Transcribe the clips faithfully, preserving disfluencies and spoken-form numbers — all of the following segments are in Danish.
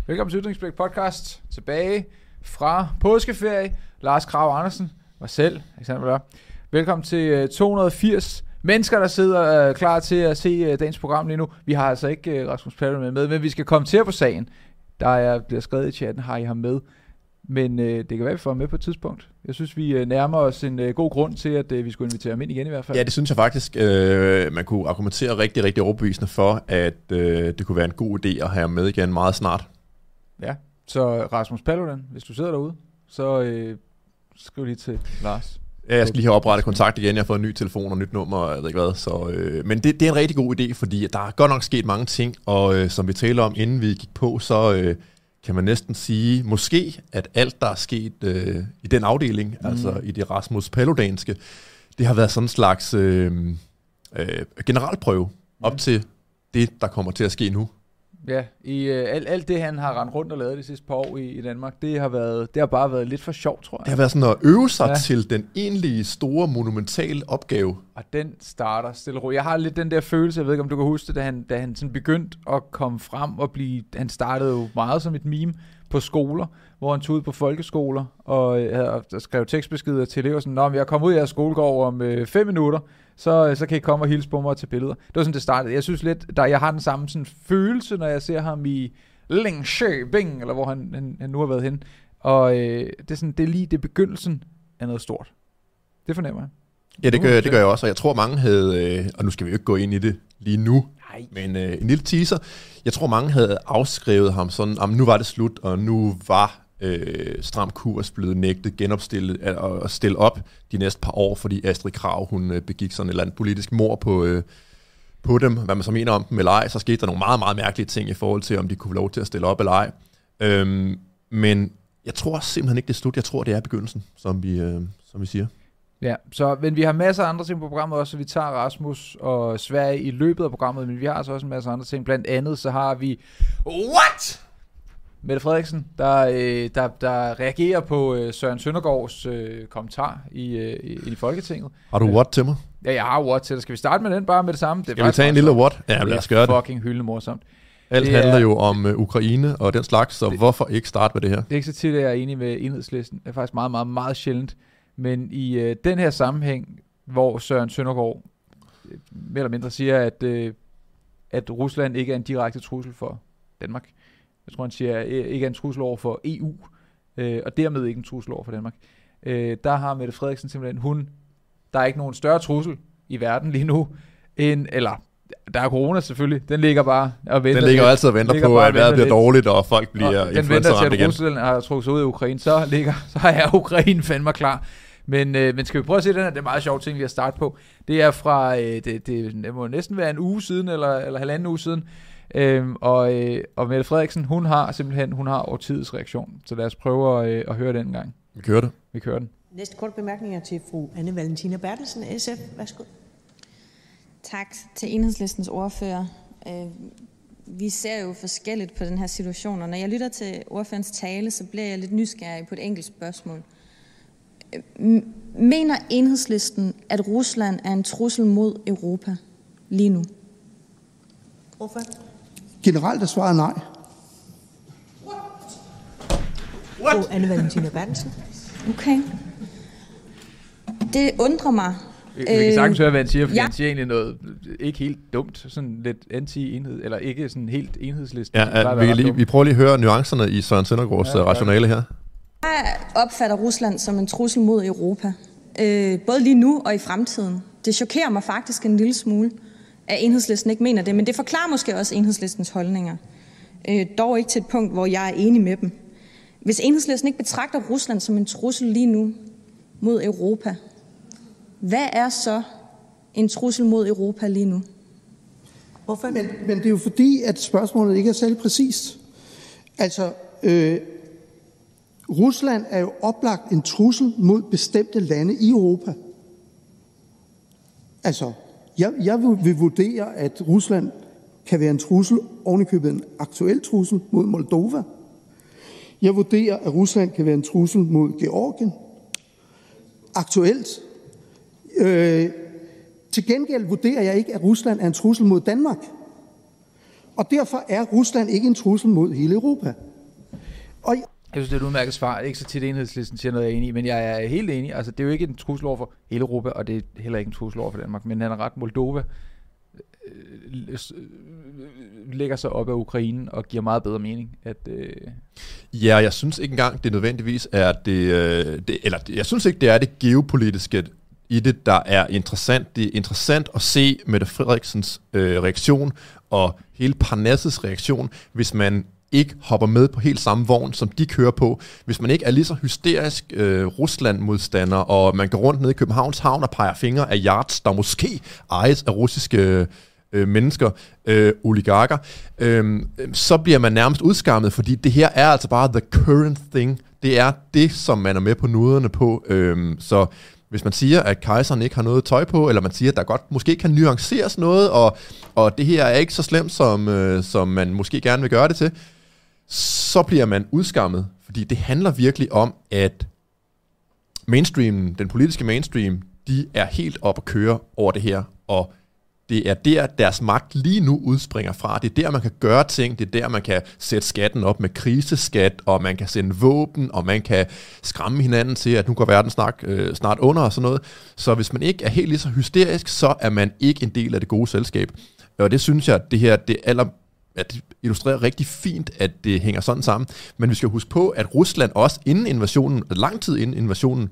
Velkommen til Ytringspligt podcast. Tilbage fra påskeferie. Lars Krag Andersen, mig selv, eksempel. Velkommen til to hundrede og firs mennesker, der sidder uh, klar til at se uh, dagens program lige nu. Vi har altså ikke uh, Rasmus Paludan med, men vi skal komme til på sagen. Der er, bliver skrevet i chatten, har I ham med. Men uh, det kan være, at vi får ham med på et tidspunkt. Jeg synes, vi uh, nærmer os en uh, god grund til, at uh, vi skulle invitere ham ind igen i hvert fald. Ja, det synes jeg faktisk. Øh, man kunne argumentere rigtig, rigtig overbevisende for, at øh, det kunne være en god idé at have ham med igen meget snart. Ja, så Rasmus Paludan, hvis du sidder derude, så øh, skriv lige til Lars. Ja, jeg skal lige have oprettet kontakt igen. Jeg har fået en ny telefon og nyt nummer, og jeg ved ikke hvad. Så, øh, men det, det er en rigtig god idé, fordi der er godt nok sket mange ting, og øh, som vi talte om, inden vi gik på, så øh, kan man næsten sige, måske, at alt, der er sket øh, i den afdeling, mm. altså i det Rasmus Paludanske, det har været sådan en slags øh, øh, generalprøve op mm. til det, der kommer til at ske nu. Ja, i øh, alt, alt det, han har rendt rundt og lavet de sidste par år i, i Danmark, det har, været, det har bare været lidt for sjovt, tror jeg. Det har været sådan at øve sig ja. til den egentlige store, monumentale opgave. Og den starter stille og roligt. Jeg har lidt den der følelse, jeg ved ikke, om du kan huske det, da han, da han sådan begyndte at komme frem og blive... Han startede jo meget som et meme på skoler, hvor han tog ud på folkeskoler og øh, skrev tekstbeskeder til elever, sådan, nå, men jeg kommer ud af jeres skolegård om øh, fem minutter, så, så kan I komme og hilse på mig og tage billeder. Det var sådan, det startede. Jeg synes lidt, der, jeg har den samme sådan, følelse, når jeg ser ham i Linköping, eller hvor han, han, han nu har været hen. Og øh, det, er sådan, det er lige det begyndelsen af noget stort. Det fornemmer jeg. Ja, det gør, det gør jeg også, og jeg tror mange havde, øh, og nu skal vi jo ikke gå ind i det lige nu, Nej. men øh, en lille teaser. Jeg tror mange havde afskrevet ham sådan, om nu var det slut, og nu var øh, Stram Kurs blevet nægtet genopstillet og stille op de næste par år, fordi Astrid Krag, hun øh, begik sådan et eller andet politisk mord på, øh, på dem, hvad man så mener om dem eller ej. Så skete der nogle meget, meget mærkelige ting i forhold til, om de kunne få lov til at stille op eller ej. Øhm, men jeg tror simpelthen ikke, det er slut. Jeg tror, det er begyndelsen, som vi, øh, som vi siger. Ja, så, men vi har masser af andre ting på programmet også, så vi tager Rasmus og Sverige i løbet af programmet, men vi har altså også en masse andre ting. Blandt andet så har vi What? Mette Frederiksen, der, øh, der, der reagerer på øh, Søren Søndergaards øh, kommentar i, øh, i, i Folketinget. Har du what til mig? Ja, jeg har what til dig. Skal vi starte med den bare med det samme? Det Skal vi tage en lille what? Ja, lad os gøre det. Det er fucking hyldende morsomt. Alt det handler er, jo om uh, Ukraine og den slags, så det, hvorfor ikke starte med det her? Det er ikke så tit, at jeg er enig med Enhedslisten. Det er faktisk meget, meget, meget sjældent. Men i øh, den her sammenhæng, hvor Søren Søndergaard øh, mere eller mindre siger, at, øh, at Rusland ikke er en direkte trussel for Danmark. Jeg tror, han siger, at ikke er en trussel over for E U, øh, og dermed ikke en trussel over for Danmark. Øh, der har Mette Frederiksen simpelthen, hun, der er ikke nogen større trussel i verden lige nu, end, eller der er corona selvfølgelig, den ligger bare og venter. Den ligger lidt, altid og venter på, at vejret bliver dårligt, og folk bliver og den venter til, at Rusland har trukket sig ud af Ukraine, så, ligger, så er Ukraine fandme klar. Men, øh, men skal vi prøve at se den her, det er meget sjovt ting, vi har startet på. Det er fra, øh, det, det, det må næsten være en uge siden, eller, eller halvanden uge siden, Øhm, og, øh, og Mette Frederiksen, hun har simpelthen, hun har årtidets reaktion. Så lad os prøve at, øh, at høre den gang. Vi kører det. Vi kører den. Næste kort bemærkninger til fru Anne Valentina Bertelsen, S F. Værsgo. Tak til Enhedslistens ordfører. Øh, vi ser jo forskelligt på den her situation, og når jeg lytter til ordførens tale, så bliver jeg lidt nysgerrig på et enkelt spørgsmål. Mener Enhedslisten, at Rusland er en trussel mod Europa lige nu? Ordfører? Generelt er svaret nej. Fru Anne Valentina Bertelsen. Okay. Det undrer mig. Vi, vi kan sagtens høre, hvad han siger, fordi ja. han siger egentlig noget ikke helt dumt, sådan lidt anti-enhed, eller ikke sådan helt enhedslisten. Ja, ja, vi, lige, vi prøver lige at høre nuancerne i Søren Søndergaards ja, rationale her. Jeg opfatter Rusland som en trussel mod Europa, øh, både lige nu og i fremtiden. Det chokerer mig faktisk en lille smule, at Enhedslisten ikke mener det, men det forklarer måske også Enhedslistens holdninger. Øh, dog ikke til et punkt, hvor jeg er enig med dem. Hvis Enhedslisten ikke betragter Rusland som en trussel lige nu mod Europa, hvad er så en trussel mod Europa lige nu? Hvorfor? Men, men det er jo fordi, at spørgsmålet ikke er særlig præcist. Altså, øh, Rusland er jo oplagt en trussel mod bestemte lande i Europa. Altså, jeg, jeg vil vurdere, at Rusland kan være en trussel, ovenikøbet en aktuel trussel mod Moldova. Jeg vurderer, at Rusland kan være en trussel mod Georgien. Aktuelt. Øh, til gengæld vurderer jeg ikke, at Rusland er en trussel mod Danmark. Og derfor er Rusland ikke en trussel mod hele Europa. Og jeg synes, det er et udmærket svar. Ikke så tit Enhedslisten siger noget, jeg er enig i, men jeg er helt enig. Altså, det er jo ikke en trussel over for hele Europa, og det er heller ikke en trussel over for Danmark, men han er ret. Moldova øh, lægger sig op af Ukraine og giver meget bedre mening. At, øh... Ja, jeg synes ikke engang, det nødvendigvis er det, øh, det eller jeg synes ikke, det er det geopolitiske i det, der er interessant. Det er interessant at se Mette Frederiksens øh, reaktion og hele Parnasses reaktion, hvis man ikke hopper med på helt samme vogn, som de kører på. Hvis man ikke er lige så hysterisk øh, Rusland-modstander, og man går rundt ned i Københavns Havn og peger fingre af yachts, der måske ejes af russiske øh, mennesker, øh, oligarker, øh, så bliver man nærmest udskammet, fordi det her er altså bare the current thing. Det er det, som man er med på nuderne på. Øh, så hvis man siger, at kejseren ikke har noget tøj på, eller man siger, at der godt måske kan nuanceres noget, og, og det her er ikke så slemt, som, øh, som man måske gerne vil gøre det til, så bliver man udskammet, fordi det handler virkelig om, at mainstreamen, den politiske mainstream, de er helt op at køre over det her, og det er der, deres magt lige nu udspringer fra. Det er der, man kan gøre ting, det er der, man kan sætte skatten op med kriseskat, og man kan sende våben, og man kan skræmme hinanden til, at nu går verden snart, øh, snart under og sådan noget. Så hvis man ikke er helt lige så hysterisk, så er man ikke en del af det gode selskab. Og det synes jeg, at det her, det aller at det illustrerer rigtig fint, at det hænger sådan sammen. Men vi skal huske på, at Rusland også inden invasionen, lang tid inden invasionen,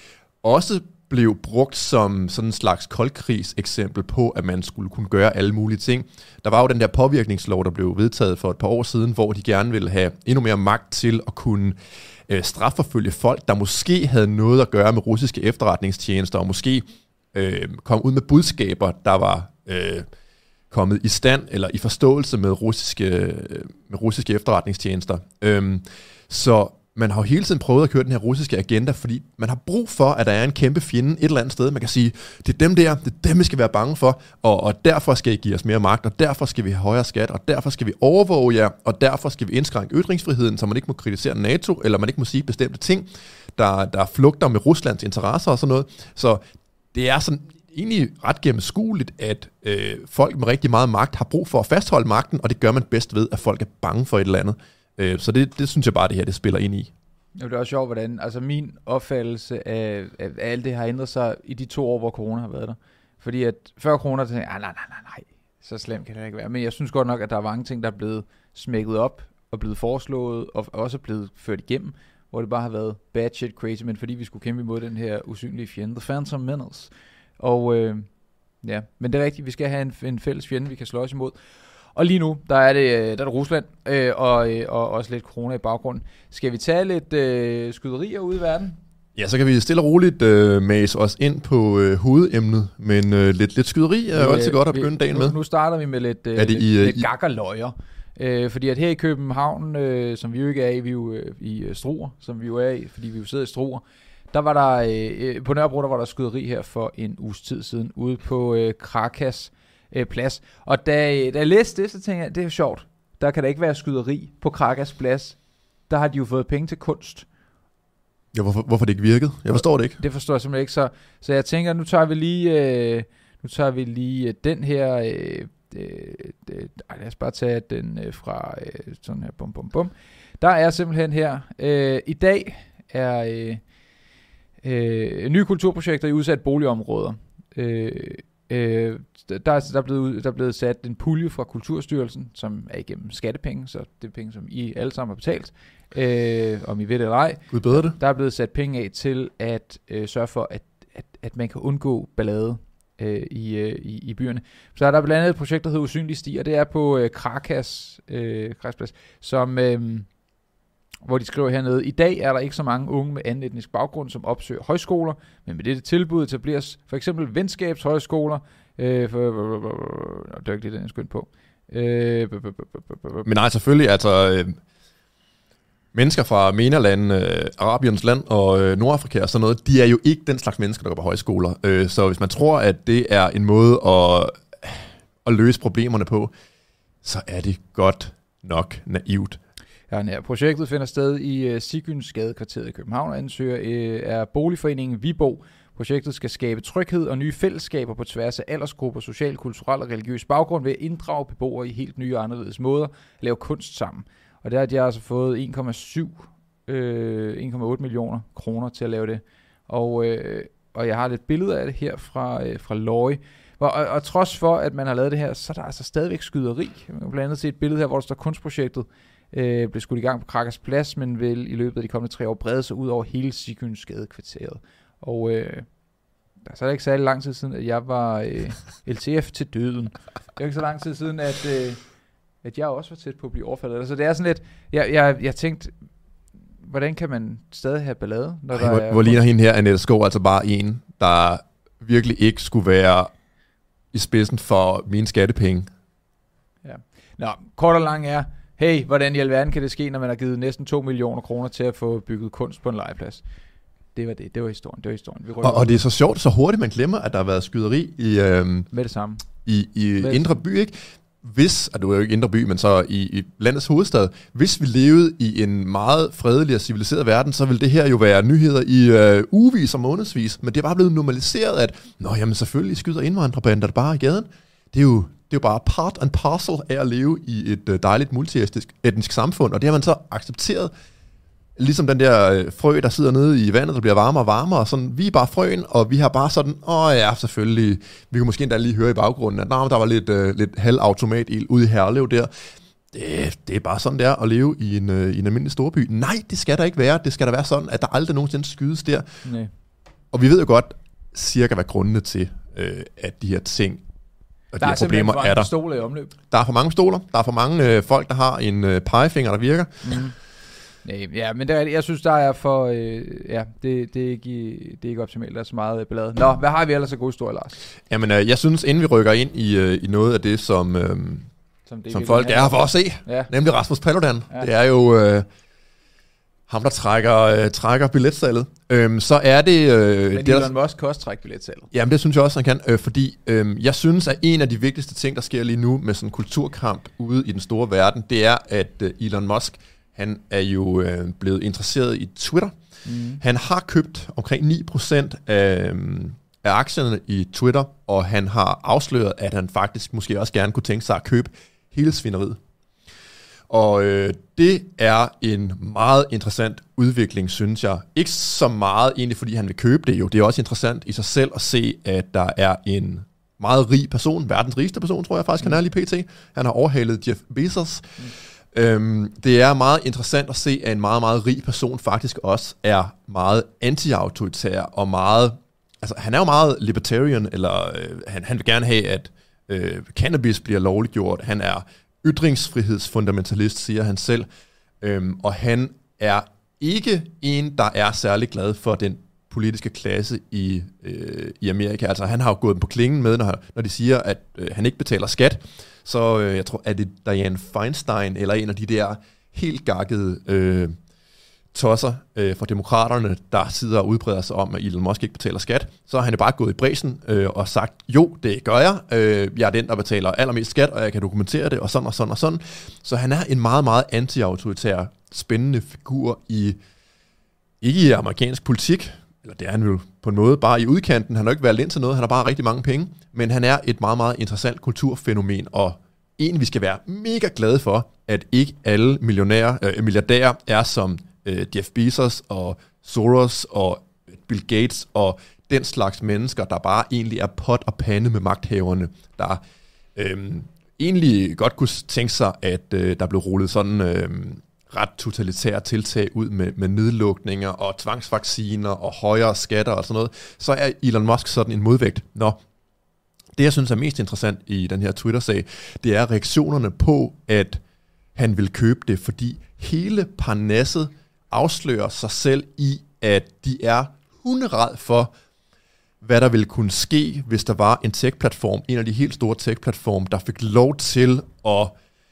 også blev brugt som sådan en slags koldkrigs-eksempel på, at man skulle kunne gøre alle mulige ting. Der var jo den der påvirkningslov, der blev vedtaget for et par år siden, hvor de gerne ville have endnu mere magt til at kunne øh, strafforfølge folk, der måske havde noget at gøre med russiske efterretningstjenester, og måske øh, kom ud med budskaber, der var Øh, kommet i stand eller i forståelse med russiske, med russiske efterretningstjenester. Øhm, så man har jo hele tiden prøvet at køre den her russiske agenda, fordi man har brug for, at der er en kæmpe fjende et eller andet sted. Man kan sige, det er dem der, det er dem, vi skal være bange for, og, og derfor skal I give os mere magt, og derfor skal vi have højere skat, og derfor skal vi overvåge jer, og derfor skal vi indskrænke ytringsfriheden, så man ikke må kritisere NATO, eller man ikke må sige bestemte ting, der, der flugter med Ruslands interesser og sådan noget. Så det er sådan egentlig ret gennemskueligt, at øh, folk med rigtig meget magt har brug for at fastholde magten, og det gør man bedst ved, at folk er bange for et eller andet. Øh, så det, det synes jeg bare, det her det spiller ind i. Det er også sjovt, hvordan altså min opfattelse af, af, af alt det har ændret sig i de to år, hvor corona har været der. Fordi at før corona, så tænkte jeg, nej, nej, nej, nej, så slemt kan det ikke være. Men jeg synes godt nok, at der er mange ting, der er blevet smækket op, og blevet foreslået, og også blevet ført igennem, hvor det bare har været bad shit crazy, men fordi vi skulle kæmpe imod den her usynlige fjende, The Phantom Menace. Og øh, ja, men det er rigtigt, vi skal have en, en fælles fjende, vi kan slå os imod. Og lige nu, der er det, der er det Rusland, øh, og, øh, og også lidt corona i baggrunden. Skal vi tage lidt øh, skyderier ude i verden? Ja, så kan vi stille og roligt øh, mase os ind på øh, hovedemnet, men øh, lidt, lidt skyderi er jo altid godt at begynde dagen med. Nu, nu starter vi med lidt, øh, lidt, i, lidt, lidt gakkerløjer. Øh, fordi at her i København, øh, som vi jo ikke er i, vi er jo øh, i øh, Struer, som vi jo er i, fordi vi jo sidder i Struer, der var der, øh, på Nørrebro, der var der skyderi her for en uges tid siden, ude på øh, Krakas øh, plads. Og da, da jeg læste det, så tænkte jeg, det er jo sjovt. Der kan da ikke være skyderi på Krakas plads. Der har de jo fået penge til kunst. Ja, hvorfor, hvorfor det ikke virkede? Jeg forstår det ikke. Det forstår jeg simpelthen ikke. Så, så jeg tænker, nu tager vi lige, øh, nu tager vi lige øh, den her, øh, øh, øh, lad os bare tage den øh, fra øh, sådan her, bum bum bum. Der er simpelthen her, øh, i dag er øh, øh, nye kulturprojekter i udsatte boligområder. Øh, øh, der, der, er blevet, der er blevet sat en pulje fra Kulturstyrelsen, som er igennem skattepenge, så det er penge, som I alle sammen har betalt. Øh, om I ved det eller ej. Gud bedre det. Der er blevet sat penge af til at øh, sørge for, at, at, at man kan undgå ballade øh, i, øh, i, i byerne. Så er der blandt andet et projekt, der hedder Usynlige Stier. Det er på øh, Krakas øh, Krakas, som, øh, hvor de skriver hernede, i dag er der ikke så mange unge med anden etnisk baggrund, som opsøger højskoler, men med dette tilbud etableres for eksempel venskabshøjskoler. Øh, for, det er ikke det, den er skønt på. Øh, men nej, selvfølgelig, altså... Øh mennesker fra MENA-land, øh, Arabiens land og øh, Nordafrika og sådan noget, de er jo ikke den slags mennesker, der går på højskoler. Øh, så hvis man tror, at det er en måde at, at løse problemerne på, så er det godt nok naivt. Ja, ja, projektet finder sted i uh, Sigynsgadekvarteret i København og ansøger uh, er boligforeningen Vibo. Projektet skal skabe tryghed og nye fællesskaber på tværs af aldersgrupper, social, kulturel og religiøs baggrund ved at inddrage beboere i helt nye og anderledes måder at lave kunst sammen. Og der har de altså fået en komma syv, øh, en komma otte millioner kroner til at lave det. Og, øh, og jeg har lidt billeder af det her fra, øh, fra Løje. Og, og, og trods for, at man har lavet det her, så er der altså stadigvæk skyderi. Man kan blandt andet se et billede her, hvor der står kunstprojektet. Øh, blev skudt i gang på Krakers Plads, men vil i løbet af de kommende tre år brede sig ud over hele Sigynsgadekvarteret. Og øh, der er så ikke særlig lang tid siden, at jeg var øh, L T F til døden. Det er ikke så lang tid siden, at, øh, at jeg også var tæt på at blive overfaldet. Så det er sådan lidt, jeg, jeg, jeg tænkte, hvordan kan man stadig have ballade? Når Ej, der hvor, er hvor ligner hende her, Annette Skov, altså bare en, der virkelig ikke skulle være i spidsen for mine skattepenge. Ja. Nå, kort og lang er, hey, hvordan i alverden kan det ske, når man har givet næsten to millioner kroner til at få bygget kunst på en legeplads? Det var det, det var historien, det var historien. Vi og, og det er så sjovt, så hurtigt man glemmer, at der har været skyderi i, øhm, med det samme. i, i Indre By, ikke? Hvis, og du er jo ikke Indre By, men så i, i landets hovedstad, hvis vi levede i en meget fredelig og civiliseret verden, så ville det her jo være nyheder i øh, ugevis og månedsvis, men det er bare blevet normaliseret, at nå, jamen selvfølgelig skyder indvandrerbander bare i gaden. Det er jo Det er jo bare part and parcel af at leve i et dejligt multietnisk etnisk samfund, og det har man så accepteret. Ligesom den der frø, der sidder nede i vandet, der bliver varmere og varmere, og sådan, vi er bare frøen, og vi har bare sådan, åh ja, selvfølgelig, vi kunne måske endda lige høre i baggrunden, at der var lidt, uh, lidt halvautomatild ude i Herlev der. Det, det er bare sådan, det er at leve i en, uh, i en almindelig storby. Nej, det skal der ikke være. Det skal der være sådan, at der aldrig nogensinde skydes der. Nej. Og vi ved jo godt cirka, hvad grundene til, uh, at de her ting, og der de er her problemer er der. Pistoler i omløb. Der er for mange stoler. Der er for mange øh, folk, der har en øh, pegefinger, der virker. Mm. Nej, ja, men det er, jeg synes, der er for... Øh, ja, det, det, er ikke, det er ikke optimalt. Der er så meget ballade. Nå, hvad har vi ellers så god historie, Lars? Jamen, øh, jeg synes, inden vi rykker ind i, øh, i noget af det, som, øh, som, det, som folk er her for at se, ja. Nemlig Rasmus Paludan. Ja. Det er jo... Øh, ham, der trækker, øh, trækker billetsalget. Øhm, så er det... Øh, Men Elon Musk kan også trække billetsalget. Jamen, det synes jeg også, han kan. Øh, fordi øh, jeg synes, at en af de vigtigste ting, der sker lige nu med sådan en kulturkamp ude i den store verden, det er, at øh, Elon Musk, han er jo øh, blevet interesseret i Twitter. Mm. Han har købt omkring ni procent af, øh, af aktierne i Twitter, og han har afsløret, at han faktisk måske også gerne kunne tænke sig at købe hele svineriet. Og øh, det er en meget interessant udvikling, synes jeg. Ikke så meget egentlig, fordi han vil købe det jo. Det er også interessant i sig selv at se, at der er en meget rig person, verdens rigeste person, tror jeg faktisk, mm. han er lige pt. Han har overhalet Jeff Bezos. Mm. Øhm, det er meget interessant at se, at en meget, meget rig person faktisk også er meget anti-autoritær og meget... Altså, han er jo meget libertarian, eller øh, han, han vil gerne have, at øh, cannabis bliver lovliggjort. Han er ytringsfrihedsfundamentalist, siger han selv. Øhm, og han er ikke en, der er særlig glad for den politiske klasse i, øh, i Amerika. Altså, han har jo gået på klingen med, når, når de siger, at øh, han ikke betaler skat. Så øh, jeg tror, at det er Dianne Feinstein, eller en af de der helt gakkede øh, tosser øh, fra demokraterne, der sidder og udbreder sig om, at Elon Musk ikke betaler skat. Så har han jo bare gået i bræsen øh, og sagt, jo, det gør jeg. Øh, jeg er den, der betaler allermest skat, og jeg kan dokumentere det, og sådan og sådan og sådan. Så han er en meget, meget anti-autoritær, spændende figur i, ikke i amerikansk politik, eller det er han jo på en måde bare i udkanten. Han har ikke været ind til noget, han har bare rigtig mange penge, men han er et meget, meget interessant kulturfænomen, og en, vi skal være mega glade for, at ikke alle millionærer, øh, milliardærer er som øh, Jeff Bezos og Soros og Bill Gates og den slags mennesker, der bare egentlig er pot og pande med magthaverne, der øh, egentlig godt kunne tænke sig, at øh, der blev rullet sådan øh, ret totalitære tiltag ud med, med nedlukninger og tvangsvacciner og højere skatter og sådan noget, så er Elon Musk sådan en modvægt. Nå, det jeg synes er mest interessant i den her Twitter-sag, det er reaktionerne på, at han vil købe det, fordi hele parnasset afslører sig selv i, at de er hunderad for, hvad der ville kunne ske, hvis der var en tech-platform, en af de helt store tech-platforme, der fik lov til at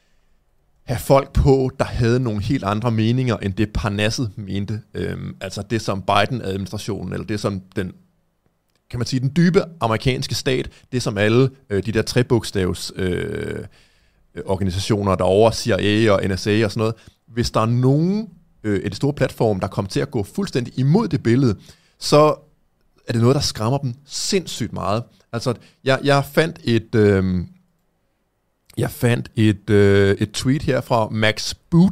have folk på, der havde nogle helt andre meninger, end det parnasset mente. Øhm, altså det som Biden-administrationen, eller det som den, kan man sige, den dybe amerikanske stat, det som alle øh, de der trebogstavs øh, organisationer derovre, C I A og N S A og sådan noget, hvis der er nogen øh, af de store platforme, der kommer til at gå fuldstændig imod det billede, så er det noget, der skræmmer dem sindssygt meget. Altså, jeg, jeg fandt et... Øh, Jeg fandt et, øh, et tweet her fra Max Boot,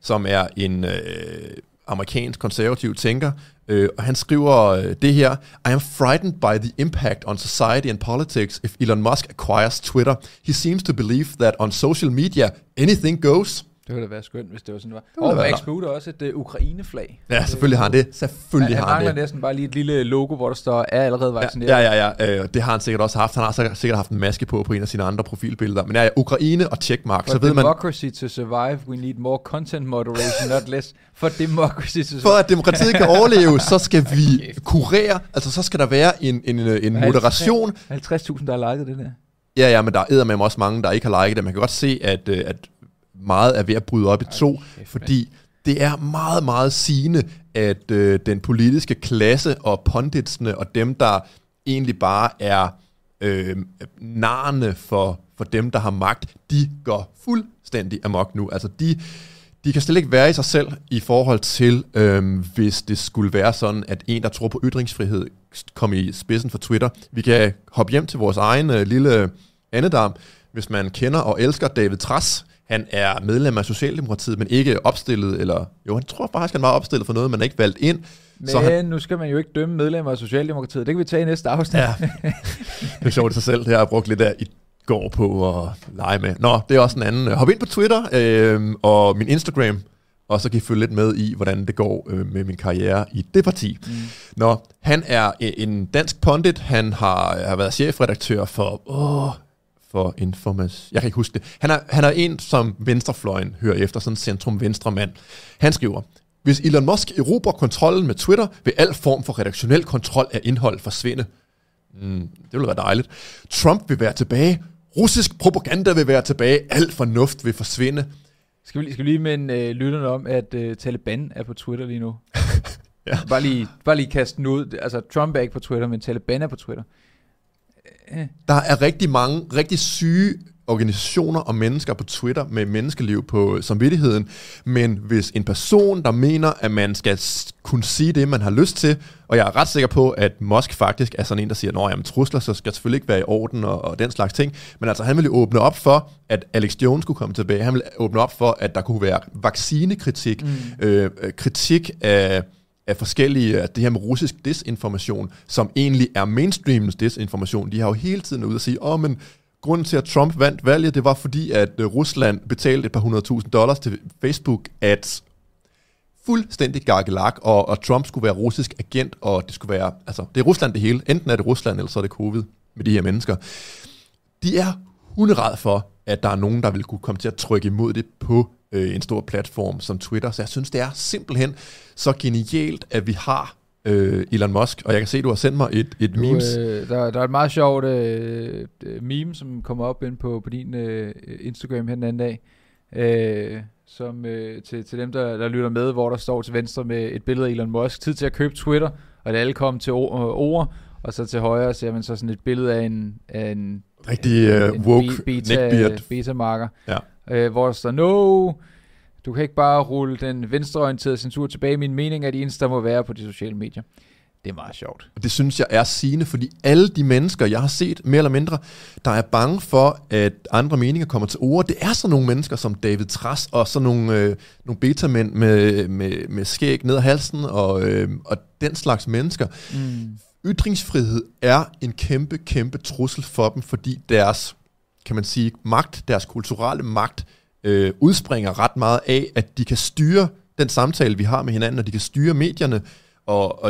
som er en øh, amerikansk konservativ tænker, øh, og han skriver øh, det her: I am frightened by the impact on society and politics if Elon Musk acquires Twitter. He seems to believe that on social media, anything goes. Det ville da være skønt, hvis det var sådan, det var. Og Max Boot er også et uh, Ukraine-flag. Ja, selvfølgelig har han det. Selvfølgelig han, har han det. Han mangler næsten bare lige et lille logo, hvor der står, er allerede vaccineret. Ja, ja, ja. Øh, det har han sikkert også haft. Han har sikkert haft en maske på på en af sine andre profilbilleder. Men ja, Ukraine og checkmark, så ved man... For democracy to survive, we need more content moderation, not less. For democracy to survive. For at demokratiet kan overleve, så skal vi kurere. Altså, så skal der være en, en, en moderation. halvtreds tusind, der har liket det der. Ja, ja, men der er eddermame også mange, der ikke har liket det. Man kan godt se, at... at meget er ved at bryde op i to, okay, fordi det er meget, meget sigende, at øh, den politiske klasse og punditsene og dem, der egentlig bare er øh, narrende for, for dem, der har magt, de går fuldstændig amok nu. Altså, de, de kan slet ikke være i sig selv i forhold til, øh, hvis det skulle være sådan, at en, der tror på ytringsfrihed, kommer i spidsen for Twitter. Vi kan hoppe hjem til vores egen øh, lille andedam, hvis man kender og elsker David Trads. Han er medlem af Socialdemokratiet, men ikke opstillet, eller jo, han tror faktisk, han var opstillet for noget, men ikke valgt ind. Men så han, nu skal man jo ikke dømme medlemmer af Socialdemokratiet. Det kan vi tage i næste afsnit. Ja. Det er sjovt i sig selv. Det har jeg brugt lidt af i går på at lege med. Nå, det er også en anden. Hop ind på Twitter øh, og min Instagram, og så kan I følge lidt med i, hvordan det går øh, med min karriere i det parti. Mm. Nå, han er en dansk pundit. Han har, har været chefredaktør for... Åh, for information. Jeg kan ikke huske det. Han er, han er en, som venstrefløjen hører efter, sådan en centrum-venstre mand. Han skriver: Hvis Elon Musk erobrer kontrollen med Twitter, vil al form for redaktionel kontrol af indhold forsvinde. Mm, det ville være dejligt. Trump vil være tilbage. Russisk propaganda vil være tilbage. Al fornuft vil forsvinde. Skal vi, skal vi lige minde øh, lytterne om, at øh, Taliban er på Twitter lige nu? Ja. Bare lige, bare lige kaste den ud. Altså, Trump er ikke på Twitter, men Taliban er på Twitter. Der er rigtig mange, rigtig syge organisationer og mennesker på Twitter med menneskeliv på samvittigheden, men hvis en person, der mener, at man skal kunne sige det, man har lyst til, og jeg er ret sikker på, at Musk faktisk er sådan en, der siger, at jamen, trusler, så skal selvfølgelig ikke være i orden og, og den slags ting, men altså han vil jo åbne op for, at Alex Jones skulle komme tilbage, han vil åbne op for, at der kunne være vaccinekritik, mm. øh, kritik af af forskellige, det her med russisk desinformation, som egentlig er mainstreamens desinformation. De har jo hele tiden ude at sige, åh, oh, men grunden til, at Trump vandt valget, det var fordi, at Rusland betalte et par hundrede tusind dollars til Facebook ads. Fuldstændig gargelak, og, og Trump skulle være russisk agent, og det skulle være, altså, det er Rusland det hele. Enten er det Rusland, eller så er det covid med de her mennesker. De er hunderad for, at der er nogen, der vil kunne komme til at trykke imod det på øh, en stor platform som Twitter. Så jeg synes, det er simpelthen så genialt, at vi har øh, Elon Musk. Og jeg kan se, at du har sendt mig et, et memes. Øh, der, der er et meget sjovt øh, meme, som kommer op ind på, på din øh, Instagram her den anden dag. Øh, som øh, til, til dem, der, der lytter med, hvor der står til venstre med et billede af Elon Musk. Tid til at købe Twitter, og det alle kom til ord. Og så til højre ser man så sådan et billede af en... Af en rigtig uh, woke beta, beta-marker, ja. øh, hvor der står, no, du kan ikke bare rulle den venstreorienterede censur tilbage. Min mening er, at de eneste, der må være på de sociale medier. Det er meget sjovt. Det synes jeg er sigende, fordi alle de mennesker, jeg har set mere eller mindre, der er bange for, at andre meninger kommer til ord, det er sådan nogle mennesker som David Trads og sådan nogle, øh, nogle betamænd med, med, med skæg ned ad halsen og, øh, og den slags mennesker. Mm. Ytringsfrihed er en kæmpe, kæmpe trussel for dem, fordi deres, kan man sige, magt, deres kulturelle magt, øh, udspringer ret meget af, at de kan styre den samtale, vi har med hinanden, og de kan styre medierne, og, og,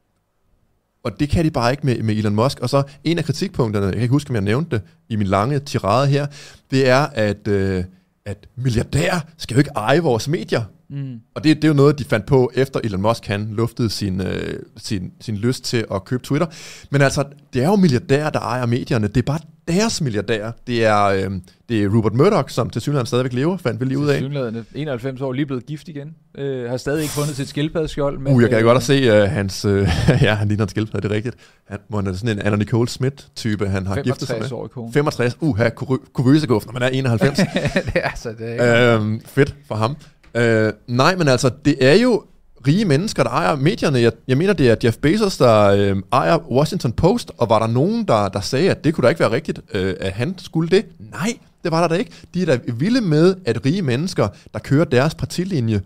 og det kan de bare ikke med, med Elon Musk. Og så en af kritikpunkterne, jeg kan ikke huske, om jeg nævnte det i min lange tirade her, det er, at, øh, at milliardærer skal jo ikke eje vores medier. Mm. Og det, det er jo noget, de fandt på, efter Elon Musk han luftede sin, øh, sin, sin lyst til at købe Twitter. Men altså, det er jo milliardærer, der ejer medierne. Det er bare deres milliardærer. Det er, øh, det er Rupert Murdoch, som til synligheden stadigvæk lever, fandt vi lige ud af. Til synligheden enoghalvfems år, lige blevet gift igen. Øh, har stadig ikke fundet sit skildpaddeskjold. Men, uh, jeg kan øh, godt at se uh, hans... Uh, ja, han ligner en skildpadde, det er rigtigt. Han, han er sådan en Anna Nicole Smith-type, han har giftet sig med. femogtres år kone. femogtres, uha, kurvøseguf, når man er enoghalvfems. det er altså det. Er øh, fedt for ham. Uh, nej, men altså, det er jo rige mennesker, der ejer medierne. Jeg, jeg mener, det er Jeff Bezos, der øh, ejer Washington Post, og var der nogen, der, der sagde, at det kunne da ikke være rigtigt, øh, at han skulle det? Nej, det var der da ikke. De er da vilde med, at rige mennesker, der kører deres partilinje,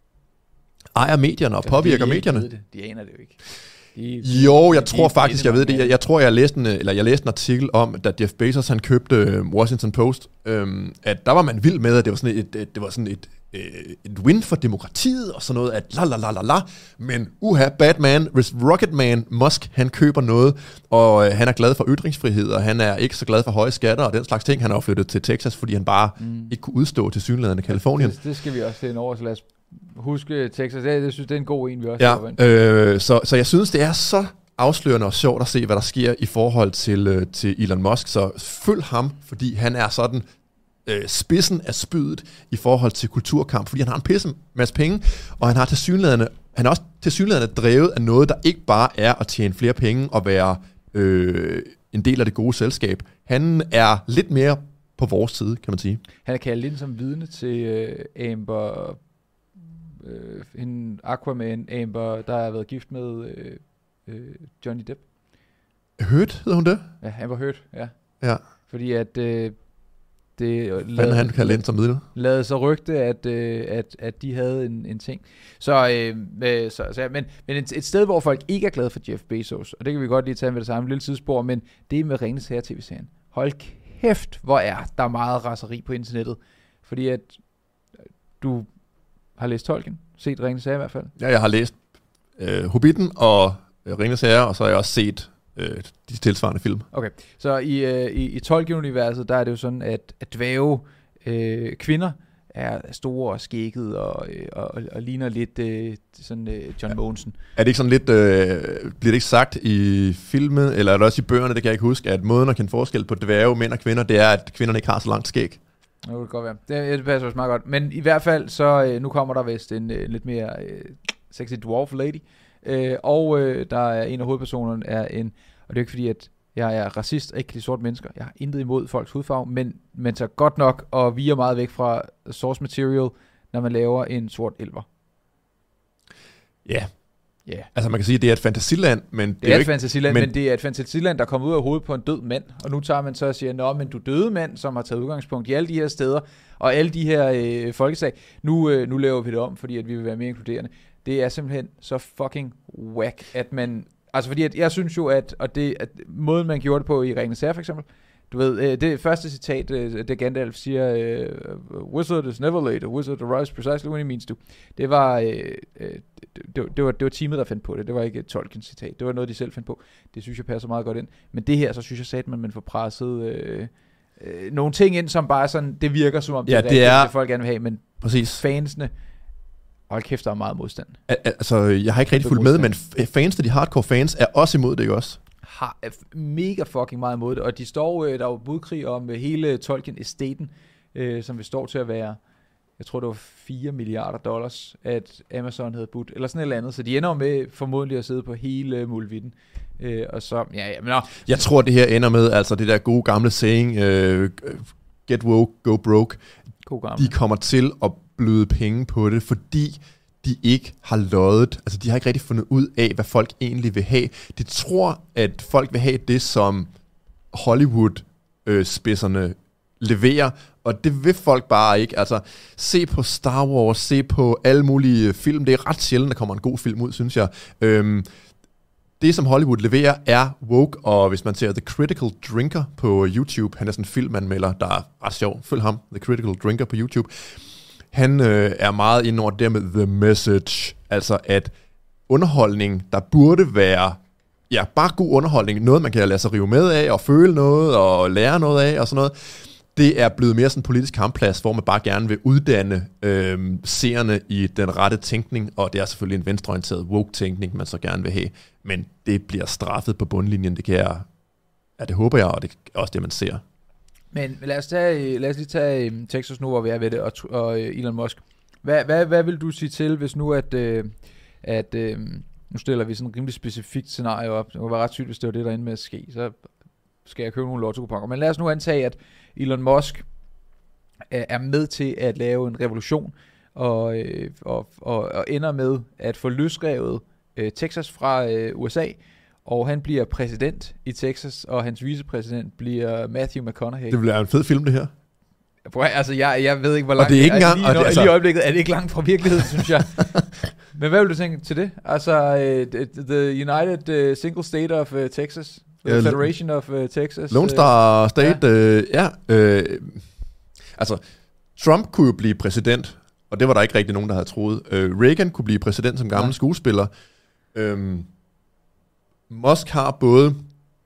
ejer medierne og ja, påvirker de medierne. Det. De aner det jo ikke. De, jo, jeg de, tror de, faktisk, de, jeg ved det. Jeg, jeg tror, jeg læste en, eller jeg læste en artikel om, da Jeff Bezos han købte Washington Post, øhm, at der var man vild med, at det var sådan et, et det var sådan et, et win for demokratiet og sådan noget, at la la la la la. Men uha, Batman, Rocketman, Musk, han køber noget, og øh, han er glad for ytringsfrihed, og han er ikke så glad for høje skatter og den slags ting. Han er flyttet til Texas, fordi han bare mm. ikke kunne udstå til synligheden af Kalifornien. Det, det skal vi også finde over, så lad os huske Texas. Jeg, jeg synes, det er en god en, vi også ja, øh, så, så jeg synes, det er så afslørende og sjovt at se, hvad der sker i forhold til, øh, til Elon Musk. Så følg ham, fordi han er sådan øh, spidsen af spydet i forhold til kulturkamp, fordi han har en pisse masse penge, og han har tilsyneladende, han er også tilsyneladende drevet af noget, der ikke bare er at tjene flere penge og være øh, en del af det gode selskab. Han er lidt mere på vores side, kan man sige. Han er kaldt ind som vidne til øh, Amber, øh, en Aquaman Amber, der har været gift med øh, øh, Johnny Depp. Heard, hedder hun det? Ja, Amber Heard, ja. Ja. Fordi at øh, det lavede, han kaldt ind som vidne. Lavede så rygte, at, øh, at, at de havde en, en ting. Så, øh, øh, så, så ja, men, men et, et sted, hvor folk ikke er glade for Jeff Bezos, og det kan vi godt lige tage med det samme lille tidsspor, men det er med Ringenes Herre tv-serien. Hold kæft, hvor er der meget raseri på internettet. Fordi at du har læst Tolkien, set Ringenes Herre i hvert fald. Ja, jeg har læst øh, Hobbiten og øh, Ringenes Herre, og så har jeg også set øh, de tilsvarende film. Okay, så i, øh, i, i Tolkien-universet, der er det jo sådan, at, at dvæve øh, kvinder er store og skægget og, øh, og, og, og ligner lidt øh, sådan øh, John Mogensen. Er det ikke sådan lidt, øh, bliver det ikke sagt i filmen, eller er det også i bøgerne, det kan jeg ikke huske, at måden at kende forskel på dvæve, mænd og kvinder, det er, at kvinderne ikke har så langt skæg? Det kan godt være. Det, det passer også meget godt. Men i hvert fald, så øh, nu kommer der vist en øh, lidt mere øh, sexy dwarf lady, øh, og øh, der er en af hovedpersonerne er en, og det er ikke fordi, at jeg er racist og ikke kan lide sorte mennesker. Jeg har intet imod folks hudfarve, men man tager godt nok og viger meget væk fra source material, når man laver en sort elver. Ja. Yeah. Ja. Yeah. Altså man kan sige, at det er et fantasiland, men det, det er, er et ikke, fantasiland, men, men det er et fantasiland, der kommer ud af hovedet på en død mand. Og nu tager man så og siger, nå, men du døde mand, som har taget udgangspunkt i alle de her steder, og alle de her øh, folkesag. Nu, øh, nu laver vi det om, fordi at vi vil være mere inkluderende. Det er simpelthen så fucking whack, at man... Altså fordi, at jeg synes jo, at, og det, at måden, man gjorde det på i Ringenes Herre for eksempel, du ved, øh, det første citat, øh, det Gandalf siger, øh, wizard is never late, a wizard arrives precisely when he means to. Det var, øh, øh, det, det, var, det var teamet, der fandt på det. Det var ikke et Tolkien citat. Det var noget, de selv fandt på. Det synes jeg passer meget godt ind. Men det her, så synes jeg sat, man, man får presset øh, øh, nogle ting ind, som bare sådan, det virker som om, ja, det, det er, er det folk gerne vil have, men præcis. Fansene, hold kæft, der er meget modstand. Al- altså, jeg har ikke rigtig fulgt med, men fans, de hardcore fans, er også imod det, ikke også? Har mega fucking meget imod det, og de står, der er jo budkrig om hele Tolkien-estaten, øh, som vi står til at være, jeg tror det var fire milliarder dollars, at Amazon havde budt, eller sådan et eller andet, så de ender med formodentlig at sidde på hele muligheden. Øh, og så, ja, ja, men nå. Jeg tror, det her ender med, altså det der gode gamle saying, uh, get woke, go broke, de kommer til at bløde penge på det, fordi de ikke har løjet, altså de har ikke rigtig fundet ud af, hvad folk egentlig vil have. De tror, at folk vil have det, som Hollywood-spidserne leverer, og det vil folk bare ikke. Altså, se på Star Wars, se på alle mulige film. Det er ret sjældent, der kommer en god film ud, synes jeg. Øhm, det, som Hollywood leverer, er woke, og hvis man ser The Critical Drinker på YouTube, han er sådan en filmanmelder, der er ret sjov. Følg ham, The Critical Drinker på YouTube. Han øh, er meget inde over det med the message, altså at underholdning, der burde være, ja, bare god underholdning, noget man kan lade sig rive med af, og føle noget, og lære noget af, og sådan noget, det er blevet mere sådan en politisk kampplads, hvor man bare gerne vil uddanne øh, seerne i den rette tænkning, og det er selvfølgelig en venstreorienteret woke-tænkning, man så gerne vil have, men det bliver straffet på bundlinjen, det kan jeg, ja, det håber jeg, og det er også det, man ser. Men lad os, tage, lad os lige tage um, Texas nu, hvor vi er ved det, og, og uh, Elon Musk. Hvad, hvad, hvad vil du sige til, hvis nu, at, uh, at uh, nu stiller vi sådan en rimelig specifikt scenarie op, det kunne være ret tydeligt, hvis det var det, der endte med at ske, så skal jeg købe nogle lotto-kuponer. Men lad os nu antage, at Elon Musk uh, er med til at lave en revolution, og, uh, og, og, og ender med at få løsrevet uh, Texas fra uh, U S A, og han bliver præsident i Texas, og hans vicepræsident bliver Matthew McConaughey. Det bliver en fed film, det her. Altså, jeg, jeg ved ikke, hvor langt det er ikke engang, lige, og det, altså, lige i øjeblikket er det ikke langt fra virkeligheden, synes jeg. Men hvad vil du tænke til det? Altså, uh, the United uh, Single State of uh, Texas, the ja, Federation of uh, Texas. Lone Star uh, State, ja. Uh, ja uh, altså, Trump kunne jo blive præsident, og det var der ikke rigtig nogen, der havde troet. Uh, Reagan kunne blive præsident som gammel ja. skuespiller. Um, Musk har både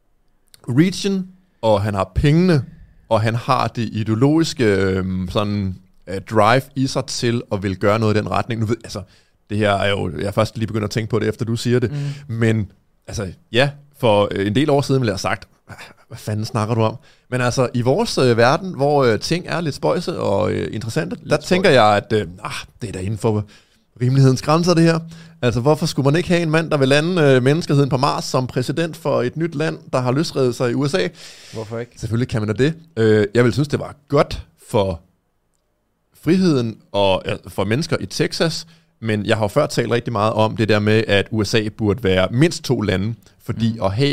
region, og han har pengene, og han har det ideologiske um, sådan, uh, drive i sig til at vil gøre noget i den retning. Nu ved, altså, det her er jo, jeg er først lige begyndt at tænke på det, efter du siger det, mm. men altså, ja, for en del år siden ville jeg have sagt, hvad fanden snakker du om? Men altså, i vores øh, verden, hvor øh, ting er lidt spøjse og øh, interessante, lidt der spøjse. tænker jeg, at øh, ah, det er da inden for rimelighedens grænser, det her. Altså, hvorfor skulle man ikke have en mand, der vil lande øh, menneskeheden på Mars som præsident for et nyt land, der har løsredet sig i U S A? Hvorfor ikke? Selvfølgelig kan man da det. Øh, jeg vil synes, det var godt for friheden og øh, for mennesker i Texas, men jeg har jo før talt rigtig meget om det der med, at U S A burde være mindst to lande, fordi mm. at have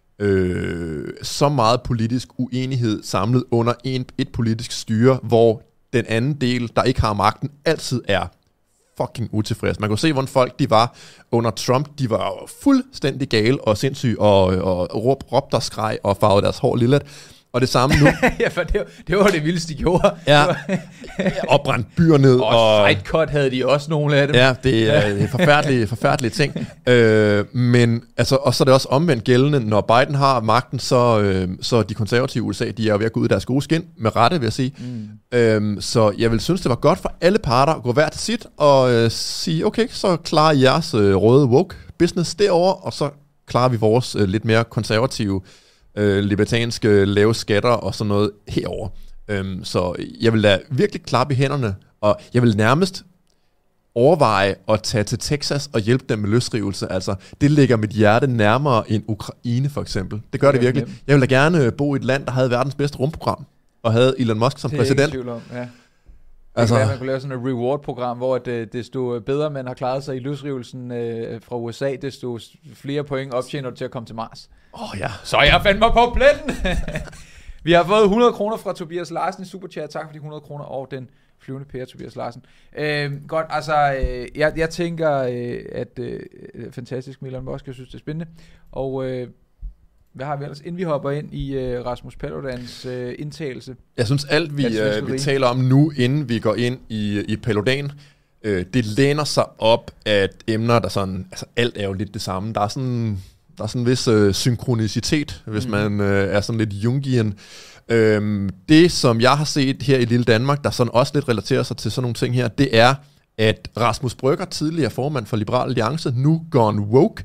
øh, så meget politisk uenighed samlet under en, et politisk styre, hvor den anden del, der ikke har magten, altid er fucking utilfreds. Man kunne se, hvordan folk de var under Trump. De var fuldstændig gale og sindssyge og, og råb, råbte og skreg og farvede deres hår lillet. Og det samme nu. Ja, for det var, det var det vildeste, de gjorde. Ja, og brændte byer ned. Og, og sidecut havde de også nogle af dem. Ja, det er forfærdelige, forfærdelige ting. Øh, men, altså, og så er det også omvendt gældende, når Biden har magten, så, øh, så de konservative i U S A, de er jo ved at gå ud af deres gode skin, med rette vil jeg sige. Mm. Øh, så jeg vil synes, det var godt for alle parter at gå hver til sit, og øh, sige, okay, så klarer jeres øh, røde woke business derovre, og så klarer vi vores øh, lidt mere konservative Øh, libertanske lave skatter og sådan noget herover. Øhm, så jeg vil da virkelig klappe i hænderne, og jeg vil nærmest overveje at tage til Texas og hjælpe dem med løsrivelse. Altså, det ligger mit hjerte nærmere end Ukraine for eksempel. Det gør det, det virkelig. Jeg vil da gerne bo i et land, der havde verdens bedste rumprogram, og havde Elon Musk som det præsident. Om, ja. Altså, være, man kunne lave sådan et reward-program, hvor det, desto bedre man har klaret sig i løsrivelsen øh, fra U S A, desto flere point optjener du til at komme til Mars. Åh oh, ja. Så jeg fandt mig på pletten! Vi har fået hundrede kroner fra Tobias Larsen i Superchat. Tak for de hundrede kroner og den flyvende pære, Tobias Larsen. Øh, godt, altså, øh, jeg, jeg tænker, øh, at øh, fantastisk Elon Musk, jeg synes, det er spændende. Og øh, hvad har vi ellers, inden vi hopper ind i øh, Rasmus Paludans øh, indtagelse? Jeg synes, alt vi, øh, vi taler om nu, inden vi går ind i, i Paludan, øh, det læner sig op af emner, der sådan, altså alt er jo lidt det samme. Der er sådan... Der er sådan en vis øh, synkronicitet, hvis mm. man øh, er sådan lidt Jungian. Øhm, det, som jeg har set her i lille Danmark, der sådan også lidt relaterer sig til sådan nogle ting her, det er, at Rasmus Brøgger, tidligere formand for Liberal Alliance, nu gone woke,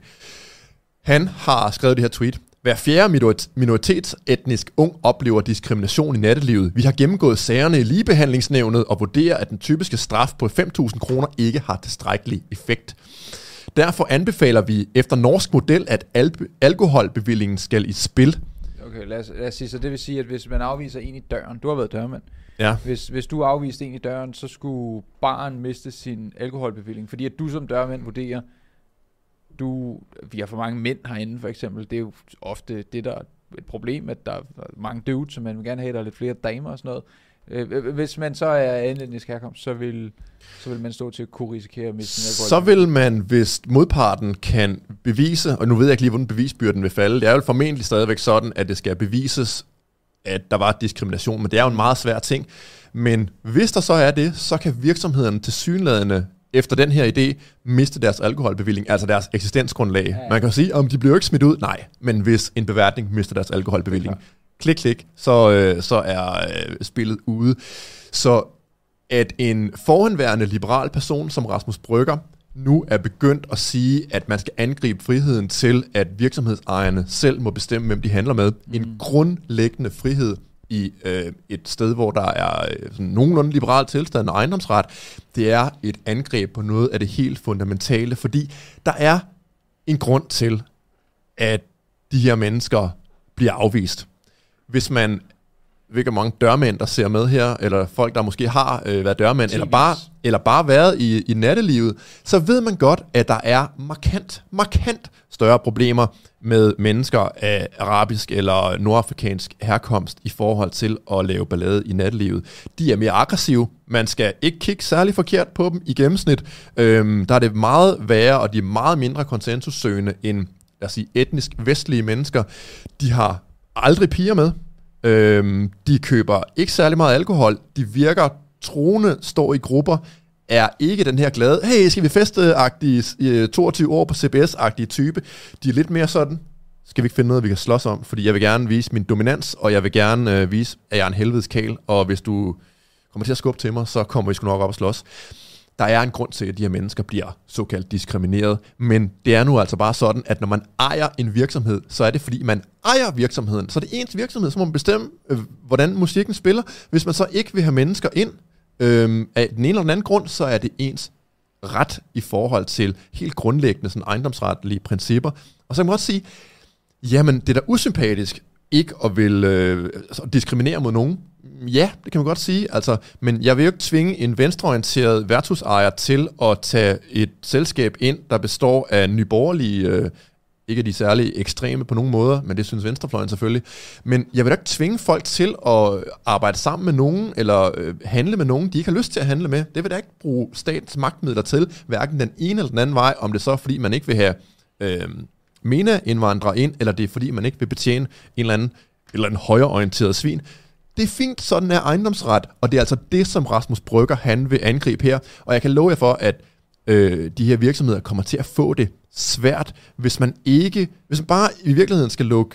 han har skrevet det her tweet. Hver fjerde minoritetsetnisk ung oplever diskrimination i nattelivet. Vi har gennemgået sagerne i ligebehandlingsnævnet og vurderer, at den typiske straf på fem tusind kroner ikke har tilstrækkelig effekt. Derfor anbefaler vi efter norsk model, at al- alkoholbevillingen skal i spil. Okay, lad os, lad os sige, så det vil sige, at hvis man afviser en i døren, du har været dørmand, ja. hvis, hvis du afviste en i døren, så skulle baren miste sin alkoholbevilling, fordi at du som dørmand vurderer, du, vi har for mange mænd herinde for eksempel, det er jo ofte det, der er et problem, at der er mange dudes, så man vil gerne have, at der er lidt flere damer og sådan noget. Hvis man så er anden etnisk herkomst, så vil, så vil man stå til at kunne risikere at miste sin alkohol. Så vil man, hvis modparten kan bevise, og nu ved jeg ikke lige, hvordan bevisbyrden vil falde, det er jo formentlig stadigvæk sådan, at det skal bevises, at der var diskrimination, men det er jo en meget svær ting. Men hvis der så er det, så kan virksomhederne tilsyneladende efter den her idé miste deres alkoholbevilling, altså deres eksistensgrundlag. Ja, ja. Man kan sige, om de bliver ikke smidt ud, nej, men hvis en beværtning mister deres alkoholbevilling, klik, klik, så, øh, så er øh, spillet ude. Så at en forhenværende liberal person som Rasmus Brøgger nu er begyndt at sige, at man skal angribe friheden til, at virksomhedsejerne selv må bestemme, hvem de handler med. Mm. En grundlæggende frihed i øh, et sted, hvor der er øh, sådan nogenlunde liberal tilstand og ejendomsret, det er et angreb på noget af det helt fundamentale, fordi der er en grund til, at de her mennesker bliver afvist. Hvis man ved ikke, hvor mange dørmænd, der ser med her, eller folk, der måske har øh, været dørmænd, eller bare, eller bare været i, i nattelivet, så ved man godt, at der er markant, markant større problemer med mennesker af arabisk eller nordafrikansk herkomst i forhold til at lave ballade i nattelivet. De er mere aggressive. Man skal ikke kigge særlig forkert på dem i gennemsnit. Øhm, der er det meget værre, og de er meget mindre konsensussøgende end, lad os sige, etnisk vestlige mennesker. De har aldrig piger med. Øhm, de køber ikke særlig meget alkohol. De virker troende, står i grupper, er ikke den her glade, hey, skal vi feste-agtige toogtyve år på C B S-agtige type. De er lidt mere sådan, skal vi ikke finde noget, vi kan slås om, fordi jeg vil gerne vise min dominans, og jeg vil gerne øh, vise, at jeg er en helvedes kæl, og hvis du kommer til at skubbe til mig, så kommer vi sgu nok op og slås. Der er en grund til, at de her mennesker bliver såkaldt diskrimineret, men det er nu altså bare sådan, at når man ejer en virksomhed, så er det fordi, man ejer virksomheden. Så er det ens virksomhed, så må man bestemme, øh, hvordan musikken spiller. Hvis man så ikke vil have mennesker ind, Øhm, af den ene eller den anden grund, så er det ens ret i forhold til helt grundlæggende sådan ejendomsretlige principper. Og så kan man også sige, jamen det er da usympatisk ikke at vil øh, diskriminere mod nogen. Ja, det kan man godt sige, altså, men jeg vil jo ikke tvinge en venstreorienteret værtshusejer til at tage et selskab ind, der består af nyborgerlige, øh, ikke de særlig ekstreme på nogen måder, men det synes venstrefløjen selvfølgelig. Men jeg vil da ikke tvinge folk til at arbejde sammen med nogen, eller øh, handle med nogen, de ikke har lyst til at handle med. Det vil da ikke bruge statens magtmidler til, hverken den ene eller den anden vej, om det så er, fordi man ikke vil have øh, MENA-indvandrere ind, eller det er, fordi man ikke vil betjene en eller anden, eller en højreorienteret svin. Det er fint, sådan er ejendomsret, og det er altså det, som Rasmus Brygger, han vil angribe her. Og jeg kan love jer for, at øh, de her virksomheder kommer til at få det svært, hvis man ikke, hvis man bare i virkeligheden skal lukke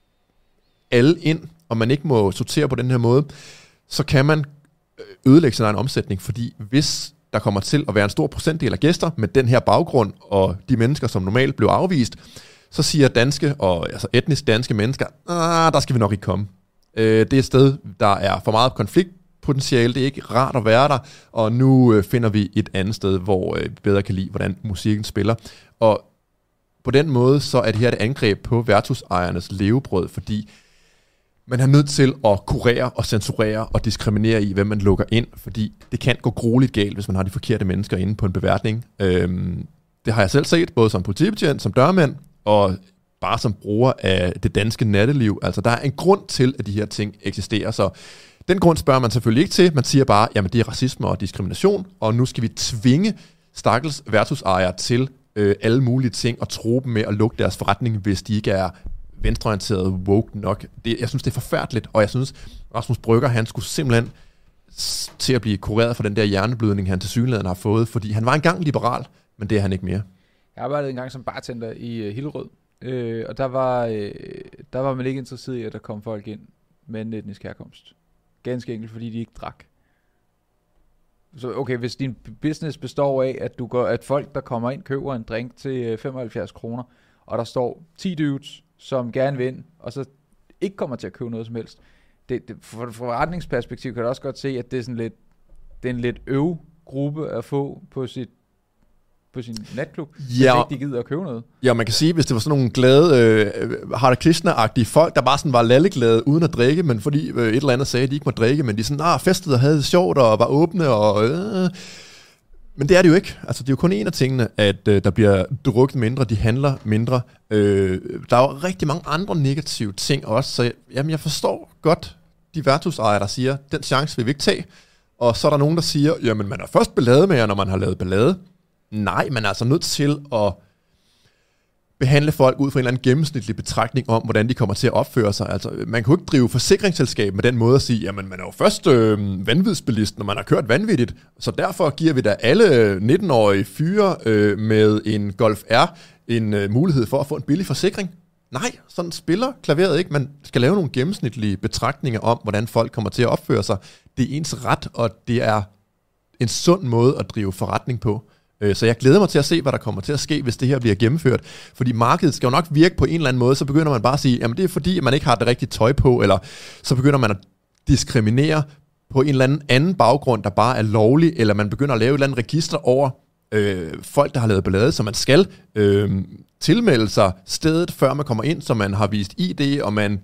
alle ind, og man ikke må sortere på den her måde, så kan man ødelægge sin egen omsætning, fordi hvis der kommer til at være en stor procentdel af gæster med den her baggrund, og de mennesker, som normalt blev afvist, så siger danske, og altså etnisk danske mennesker, ah, der skal vi nok ikke komme. Øh, det er et sted, der er for meget konfliktpotentiale, det er ikke rart at være der, og nu øh, finder vi et andet sted, hvor øh, vi bedre kan lide, hvordan musikken spiller. Og på den måde, så er det her et angreb på værtshusejernes levebrød, fordi man er nødt til at kurere og censurere og diskriminere i, hvem man lukker ind, fordi det kan gå grueligt galt, hvis man har de forkerte mennesker inde på en beværtning. Øhm, det har jeg selv set, både som politibetjent, som dørmand, og bare som bruger af det danske natteliv. Altså, der er en grund til, at de her ting eksisterer, så den grund spørger man selvfølgelig ikke til. Man siger bare, jamen det er racisme og diskrimination, og nu skal vi tvinge stakkels værtshusejere til øh, alle mulige ting og tro dem med at lukke deres forretning, hvis de ikke er venstreorienteret woke nok. Det, jeg synes, det er forfærdeligt, og jeg synes, Rasmus Brygger, han skulle simpelthen s- til at blive kureret for den der hjerneblødning, han tilsyneladende har fået, fordi han var engang liberal, men det er han ikke mere. Jeg arbejdede engang som bartender i uh, Hillerød, øh, og der var, øh, der var man ikke interesseret i, at der kom folk ind med en etnisk herkomst. Ganske enkelt, fordi de ikke drak. Så okay, hvis din business består af, at du går, at folk, der kommer ind, køber en drink til femoghalvfjerds kroner, og der står ti dudes, som gerne vil ind, og så ikke kommer til at købe noget som helst. Det, det, for forretningsperspektiv kan du også godt se, at det er sådan lidt, det er en lidt øv gruppe at få på sit på sin natklub, ja, hvis ikke de gider at købe noget. Ja, man kan sige, hvis det var sådan nogle glade, øh, Hare Krishna-agtige folk, der bare sådan var lalleglade uden at drikke, men fordi øh, et eller andet sagde, at de ikke må drikke, men de sådan, ah, festede og havde det sjovt og var åbne, og øh. Men det er det jo ikke. Altså, det er jo kun en af tingene, at øh, der bliver drukket mindre, de handler mindre. Øh, der er jo rigtig mange andre negative ting også, så jamen, jeg forstår godt de værtshusejere, der siger, den chance vil vi ikke tage. Og så er der nogen, der siger, jamen man er først ballade med jer, når man har lavet ballade. Nej, man er altså nødt til at behandle folk ud fra en eller anden gennemsnitlig betragtning om, hvordan de kommer til at opføre sig. Altså, man kan jo ikke drive forsikringsselskab med den måde at sige, jamen man er jo først øh, vanvidsbilist, når man har kørt vanvittigt, så derfor giver vi da alle nitten-årige fyre øh, med en Golf R en øh, mulighed for at få en billig forsikring. Nej, sådan spiller klaveret ikke. Man skal lave nogle gennemsnitlige betragtninger om, hvordan folk kommer til at opføre sig. Det er ens ret, og det er en sund måde at drive forretning på. Så jeg glæder mig til at se, hvad der kommer til at ske, hvis det her bliver gennemført. Fordi markedet skal jo nok virke på en eller anden måde, så begynder man bare at sige, jamen det er fordi, man ikke har det rigtige tøj på, eller så begynder man at diskriminere på en eller anden anden baggrund, der bare er lovlig, eller man begynder at lave et eller andet register over øh, folk, der har lavet ballade, så man skal øh, tilmelde sig stedet, før man kommer ind, så man har vist I D, og man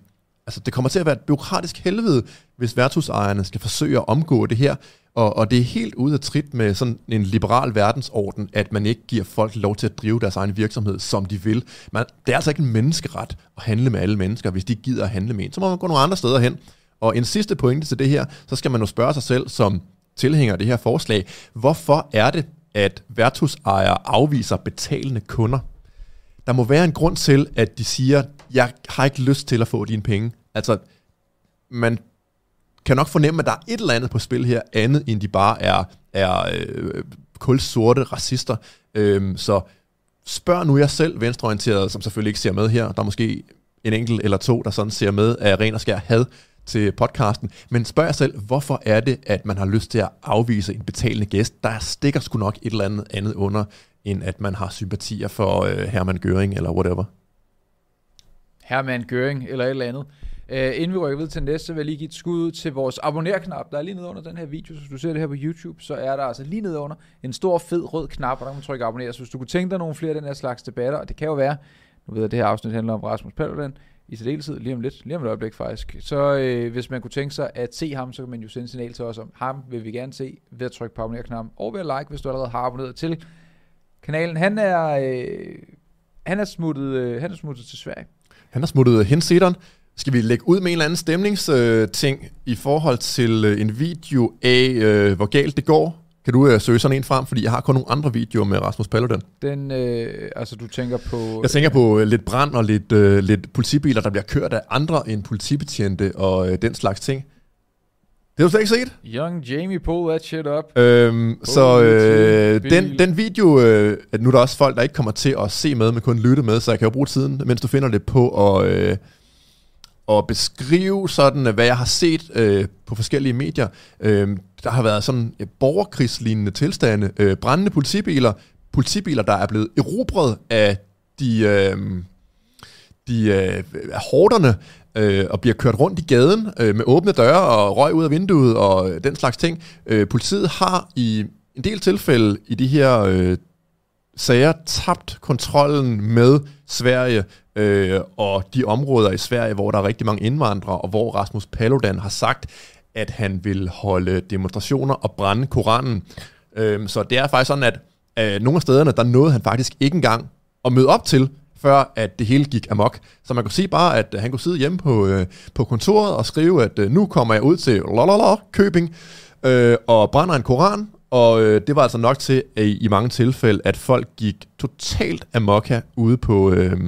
altså, det kommer til at være et bureaukratisk helvede, hvis værtshusejerne skal forsøge at omgå det her. Og, og det er helt ude af trit med sådan en liberal verdensorden, at man ikke giver folk lov til at drive deres egen virksomhed, som de vil. Man, det er altså ikke en menneskeret at handle med alle mennesker. Hvis de gider at handle med en, så må man gå nogle andre steder hen. Og en sidste pointe til det her, så skal man jo spørge sig selv som tilhænger af det her forslag, hvorfor er det, at værtshusejere afviser betalende kunder? Der må være en grund til, at de siger, jeg har ikke lyst til at få dine penge. Altså, man kan nok fornemme, at der er et eller andet på spil her, andet end de bare er, er øh, kulsorte racister. Øhm, så spørg nu jer selv, venstreorienterede, som selvfølgelig ikke ser med her. Der er måske en enkelt eller to, der sådan ser med af ren og skær had til podcasten. Men spørg jer selv, hvorfor er det, at man har lyst til at afvise en betalende gæst? Der stikker sgu nok et eller andet andet under, end at man har sympatier for øh, Hermann Göring eller whatever. Hermann Göring eller et eller andet. Uh, inden vi rykker videre til næste, vil jeg lige give et skud til vores abonner-knap. Der er lige nede under den her video, så hvis du ser det her på YouTube, så er der altså lige nede under en stor, fed, rød knap, og der kan man trykke abonner. Så hvis du kunne tænke dig nogle flere af den her slags debatter, og det kan jo være, nu ved jeg, at det her afsnit handler om Rasmus Paludan, i særdeleshed lige om lidt, lige om et øjeblik faktisk. Så øh, hvis man kunne tænke sig at se ham, så kan man jo sende signal til os om, ham vil vi gerne se ved at trykke på abonner-knappen, og ved at like, hvis du allerede har abonneret til kanalen. Han er, øh, han er, smuttet, øh, han er smuttet til Sverige. Han er smuttet henseteren. Skal vi lægge ud med en eller anden stemningsting øh, i forhold til øh, en video af, øh, hvor galt det går? Kan du øh, søge sådan en frem? Fordi jeg har kun nogle andre videoer med Rasmus Paludan. Den, øh, altså du tænker på... Jeg tænker på øh, lidt brand og lidt, øh, lidt politibiler, der bliver kørt af andre end politibetjente og øh, den slags ting. Det har du slet ikke set? Young Jamie, pull that shit up. Øhm, så øh, den, den video, øh, at nu er der også folk, der ikke kommer til at se med, men kun lytte med, så jeg kan jo bruge tiden, mens du finder det på at... Øh, og beskrive sådan, hvad jeg har set øh, på forskellige medier. Øh, der har været sådan øh, borgerkrigslignende tilstande, øh, brændende politibiler, politibiler, der er blevet erobret af de, øh, de øh, horderne, øh, og bliver kørt rundt i gaden øh, med åbne døre og røg ud af vinduet og øh, den slags ting. Øh, politiet har i en del tilfælde i de her øh, sager tabt kontrollen med Sverige, Øh, og de områder i Sverige, hvor der er rigtig mange indvandrere, og hvor Rasmus Paludan har sagt, at han vil holde demonstrationer og brænde Koranen. Øh, så det er faktisk sådan, at øh, nogle af stederne, der nåede han faktisk ikke engang at møde op til, før at det hele gik amok. Så man kunne sige bare, at han kunne sidde hjemme på, øh, på kontoret og skrive, at øh, nu kommer jeg ud til lalala, Købing øh, og brænder en koran. Og øh, det var altså nok til, at i, i mange tilfælde, at folk gik totalt amok her ude på... Øh,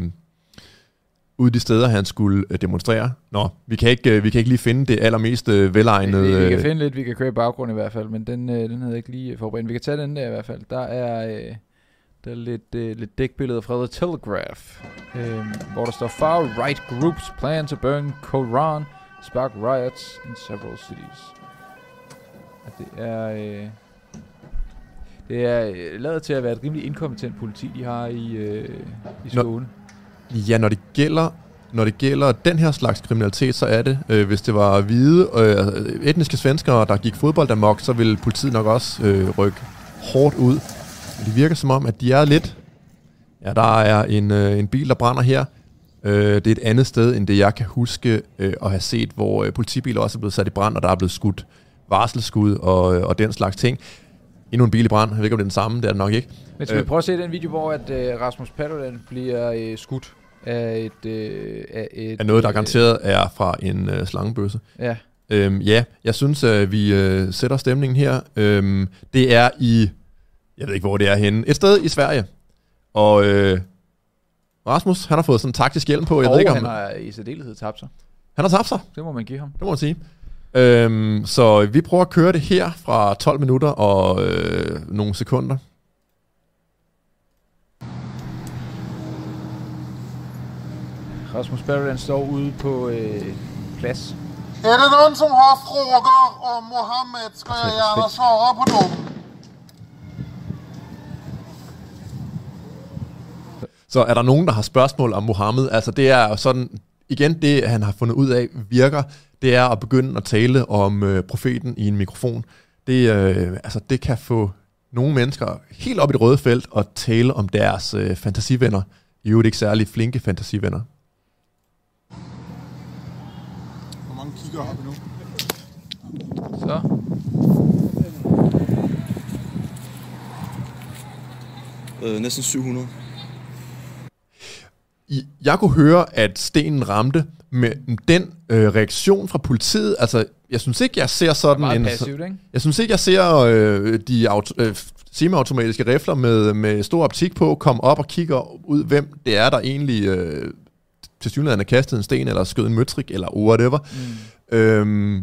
ude de steder, han skulle demonstrere. Nå, vi kan ikke, vi kan ikke lige finde det allermest velegnede... Vi, vi kan finde lidt, vi kan køre i baggrund i hvert fald, men den, den havde jeg ikke lige forberedt. Vi kan tage den der i hvert fald. Der er, der er lidt, lidt dækbilleder fra The Telegraph, øh, hvor der står far-right groups plan to burn Quran, spark riots in several cities. Og det er... Øh, det er lavet til at være et rimelig inkompetent politi, de har i, øh, i Skåne. Ja, når det gælder, når det gælder den her slags kriminalitet, så er det, øh, hvis det var hvide, øh, etniske svenskere, der gik fodbold amok, så ville politiet nok også øh, rykke hårdt ud. Men det virker som om, at de er lidt... Ja, der er en, øh, en bil, der brænder her. Øh, det er et andet sted, end det jeg kan huske øh, at have set, hvor øh, politibiler også er blevet sat i brand, og der er blevet skudt varselsskud og, og den slags ting. Endnu en bil i brand. Jeg ved ikke, om det er den samme. Det er det nok ikke. Men skal øh, vi prøve at se den video, hvor at, øh, Rasmus Paludan bliver øh, skudt af et... Øh, af, et af noget, der garanteret er fra en øh, slangebøsse. Ja. Øhm, ja, jeg synes, at vi øh, sætter stemningen her. Øhm, det er i... Jeg ved ikke, hvor det er henne. Et sted i Sverige. Og øh, Rasmus, han har fået sådan en taktisk hjelm på. Jeg og ved ikke, om han har i særdeleshed tabt sig. Han har tabt sig? Det må man give ham. Det må man sige. Øhm, så vi prøver at køre det her fra tolv minutter og øh, nogle sekunder. Rasmus Paludan står ude på øh, plads. Er det nogen, som har frågor om Mohammed, skal jeg gerne svare på dem. Så er der nogen, der har spørgsmål om Mohammed? Altså det er sådan, igen det han har fundet ud af virker, det er at begynde at tale om øh, profeten i en mikrofon. Det, øh, altså, det kan få nogle mennesker helt op i det røde felt og tale om deres øh, fantasivenner. I øvrigt ikke særlig flinke fantasivenner. de gør hoppe nu. Så. Øh, næsten syv hundrede. I, jeg kunne høre, at stenen ramte med den øh, reaktion fra politiet. Altså, jeg synes ikke, jeg ser sådan meget en... passivt, ikke? Jeg synes ikke, jeg ser øh, de auto, øh, semi-automatiske rifler med, med stor optik på komme op og kigger ud, hvem det er, der egentlig øh, til synligheden er kastet en sten, eller skød en møtrik, eller whatever. Mm. Øhm,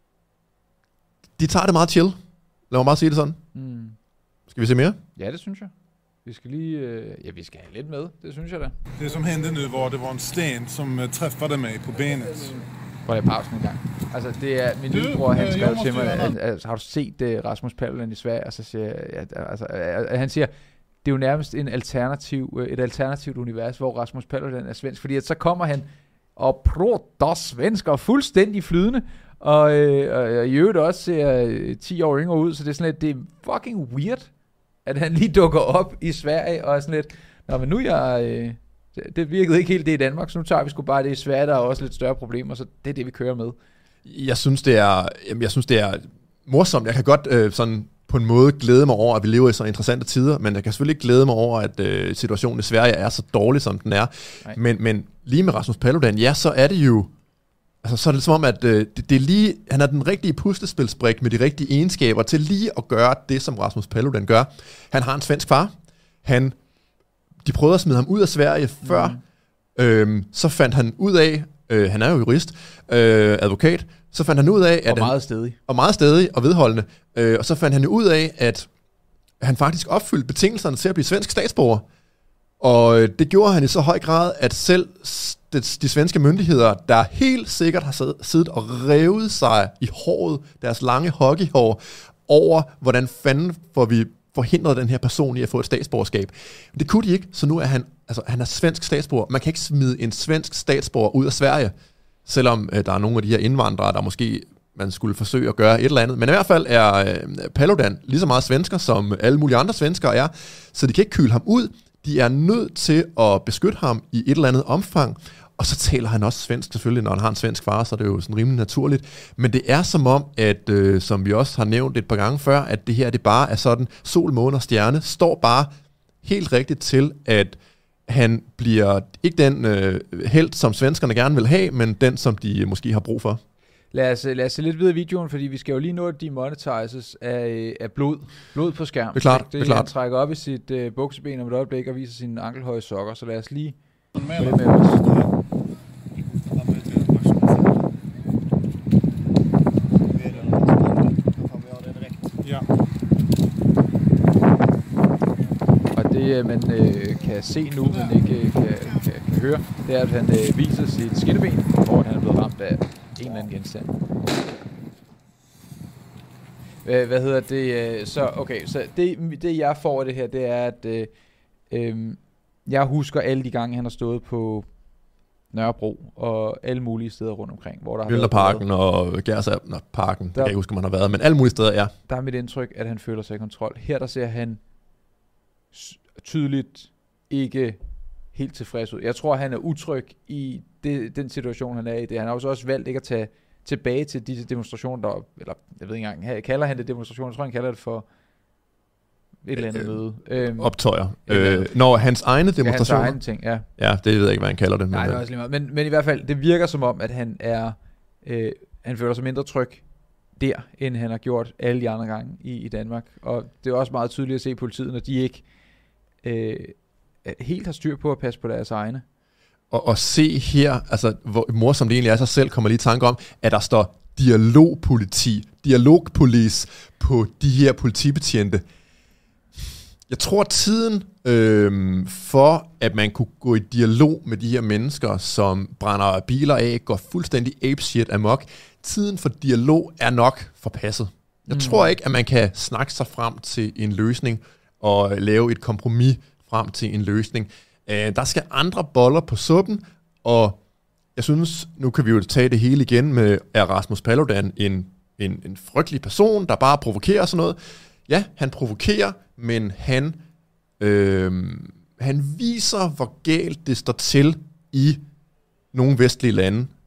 de tager det meget chill. Lad mig bare sige det sådan. Mm. Skal vi se mere? Ja, det synes jeg. Vi skal lige... Øh, ja, vi skal have lidt med. Det synes jeg da. Det som hände nu var, det var en sten, som uh, träffade mig på benet. Prøv lige pausen en gang. Altså, det er min lillebror, han skrev til mig, at, at, har du set uh, Rasmus Paludan i Sverige? Og så siger jeg, at, altså, at, han siger, det er jo nærmest en alternativ, et alternativt univers, hvor Rasmus Paludan er svensk. Fordi at så kommer han og pratar svensker fuldstændig flydende, og, øh, og, og i øvrigt også ser øh, ti år yngre ud, så det er sådan lidt, det er fucking weird, at han lige dukker op i Sverige, og er sådan lidt, nå, men nu er jeg... Øh, det virkede ikke helt det i Danmark, så nu tager vi sgu bare det i Sverige, der er også lidt større problemer, så det er det, vi kører med. Jeg synes, det er, jeg synes, det er morsomt. Jeg kan godt øh, sådan på en måde glæde mig over, at vi lever i så interessante tider, men jeg kan selvfølgelig ikke glæde mig over, at øh, situationen i Sverige er så dårlig, som den er. Men, men lige med Rasmus Paludan, ja, så er det jo, altså så er det som om, at øh, det, det er lige, han er den rigtige puslespilsbrik med de rigtige egenskaber til lige at gøre det, som Rasmus Paludan gør. Han har en svensk far. Han De prøvede at smide ham ud af Sverige før, mm. øhm, så fandt han ud af, øh, han er jo jurist, øh, advokat, så fandt han ud af, at og meget han, stedig. Og meget stedig og vedholdende, øh, og så fandt han jo ud af, at han faktisk opfyldte betingelserne til at blive svensk statsborger. Og det gjorde han i så høj grad, at selv de, de svenske myndigheder, der helt sikkert har siddet og revet sig i håret, deres lange hockeyhår, over hvordan fanden får vi forhindret den her person i at få et statsborgerskab. Men det kunne de ikke, så nu er han, altså han er svensk statsborger. Man kan ikke smide en svensk statsborger ud af Sverige, selvom øh, der er nogle af de her indvandrere, der måske man skulle forsøge at gøre et eller andet. Men i hvert fald er øh, Paludan lige så meget svensker, som alle mulige andre svenskere er, så de kan ikke kyle ham ud. De er nødt til at beskytte ham i et eller andet omfang, og så taler han også svensk selvfølgelig, når han har en svensk far, så det er jo sådan rimelig naturligt. Men det er som om, at øh, som vi også har nævnt et par gange før, at det her det bare er sådan, sol, måne og stjerne står bare helt rigtigt til, at han bliver ikke den øh, helt, som svenskerne gerne vil have, men den, som de måske har brug for. Lad os, lad os se lidt videre i videoen, fordi vi skal jo lige nå at demonetizes af, af blod. Blod på skærm. Det er klart, det, det er klart. Han trækker op i sit øh, bukseben om et øjeblik og viser sine ankelhøje sokker, så lad os lige få det med os. Ja. Og det, man øh, kan se nu, men ikke øh, kan, kan, kan høre, det er, at han øh, viser sit skinneben, hvor han er blevet ramt af en eller anden genstand. Hvad, hvad hedder det? Så, okay, så det, det jeg får af det her, det er, at øh, øh, jeg husker alle de gange, han har stået på Nørrebro og alle mulige steder rundt omkring, hvor der har været Mjølnerparken og Gerserparken, det kan jeg ikke huske, man har været, men alle mulige steder, ja. Der er mit indtryk, at han føler sig i kontrol. Her der ser han tydeligt ikke helt tilfreds ud. Jeg tror, han er utryg i det, den situation, han er i. Det. Han har også, også valgt ikke at tage tilbage til disse demonstrationer, der, eller jeg ved ikke engang, kalder han det demonstrationer? Jeg tror, han kalder det for et eller andet møde. Øhm, Optøjer. Øh, når hans egne demonstrationer... Ja, hans egne ting, ja. Ja, det ved jeg ikke, hvad han kalder det. Nej, men, det er også lige meget. Men, men i hvert fald, det virker som om, at han er, øh, han føler sig mindre tryg der, end han har gjort alle de andre gange i, i Danmark. Og det er også meget tydeligt at se politiet, når de ikke øh, helt har styr på at passe på deres egne. Og, og se her, altså hvor morsomt det egentlig er sig selv, kommer lige i tanke om, at der står dialogpoliti, dialogpolis på de her politibetjente. Jeg tror, tiden øh, for, at man kunne gå i dialog med de her mennesker, som brænder biler af, går fuldstændig apeshit amok, tiden for dialog er nok forpasset. Jeg mm. tror ikke, at man kan snakke sig frem til en løsning og lave et kompromis frem til en løsning. Øh, der skal andre boller på suppen, og jeg synes, nu kan vi jo tage det hele igen med, er Rasmus Paludan en, en, en frygtelig person, der bare provokerer sådan noget. Ja, han provokerer, men han, øh, han viser, hvor galt det står til i nogle vestlige lande.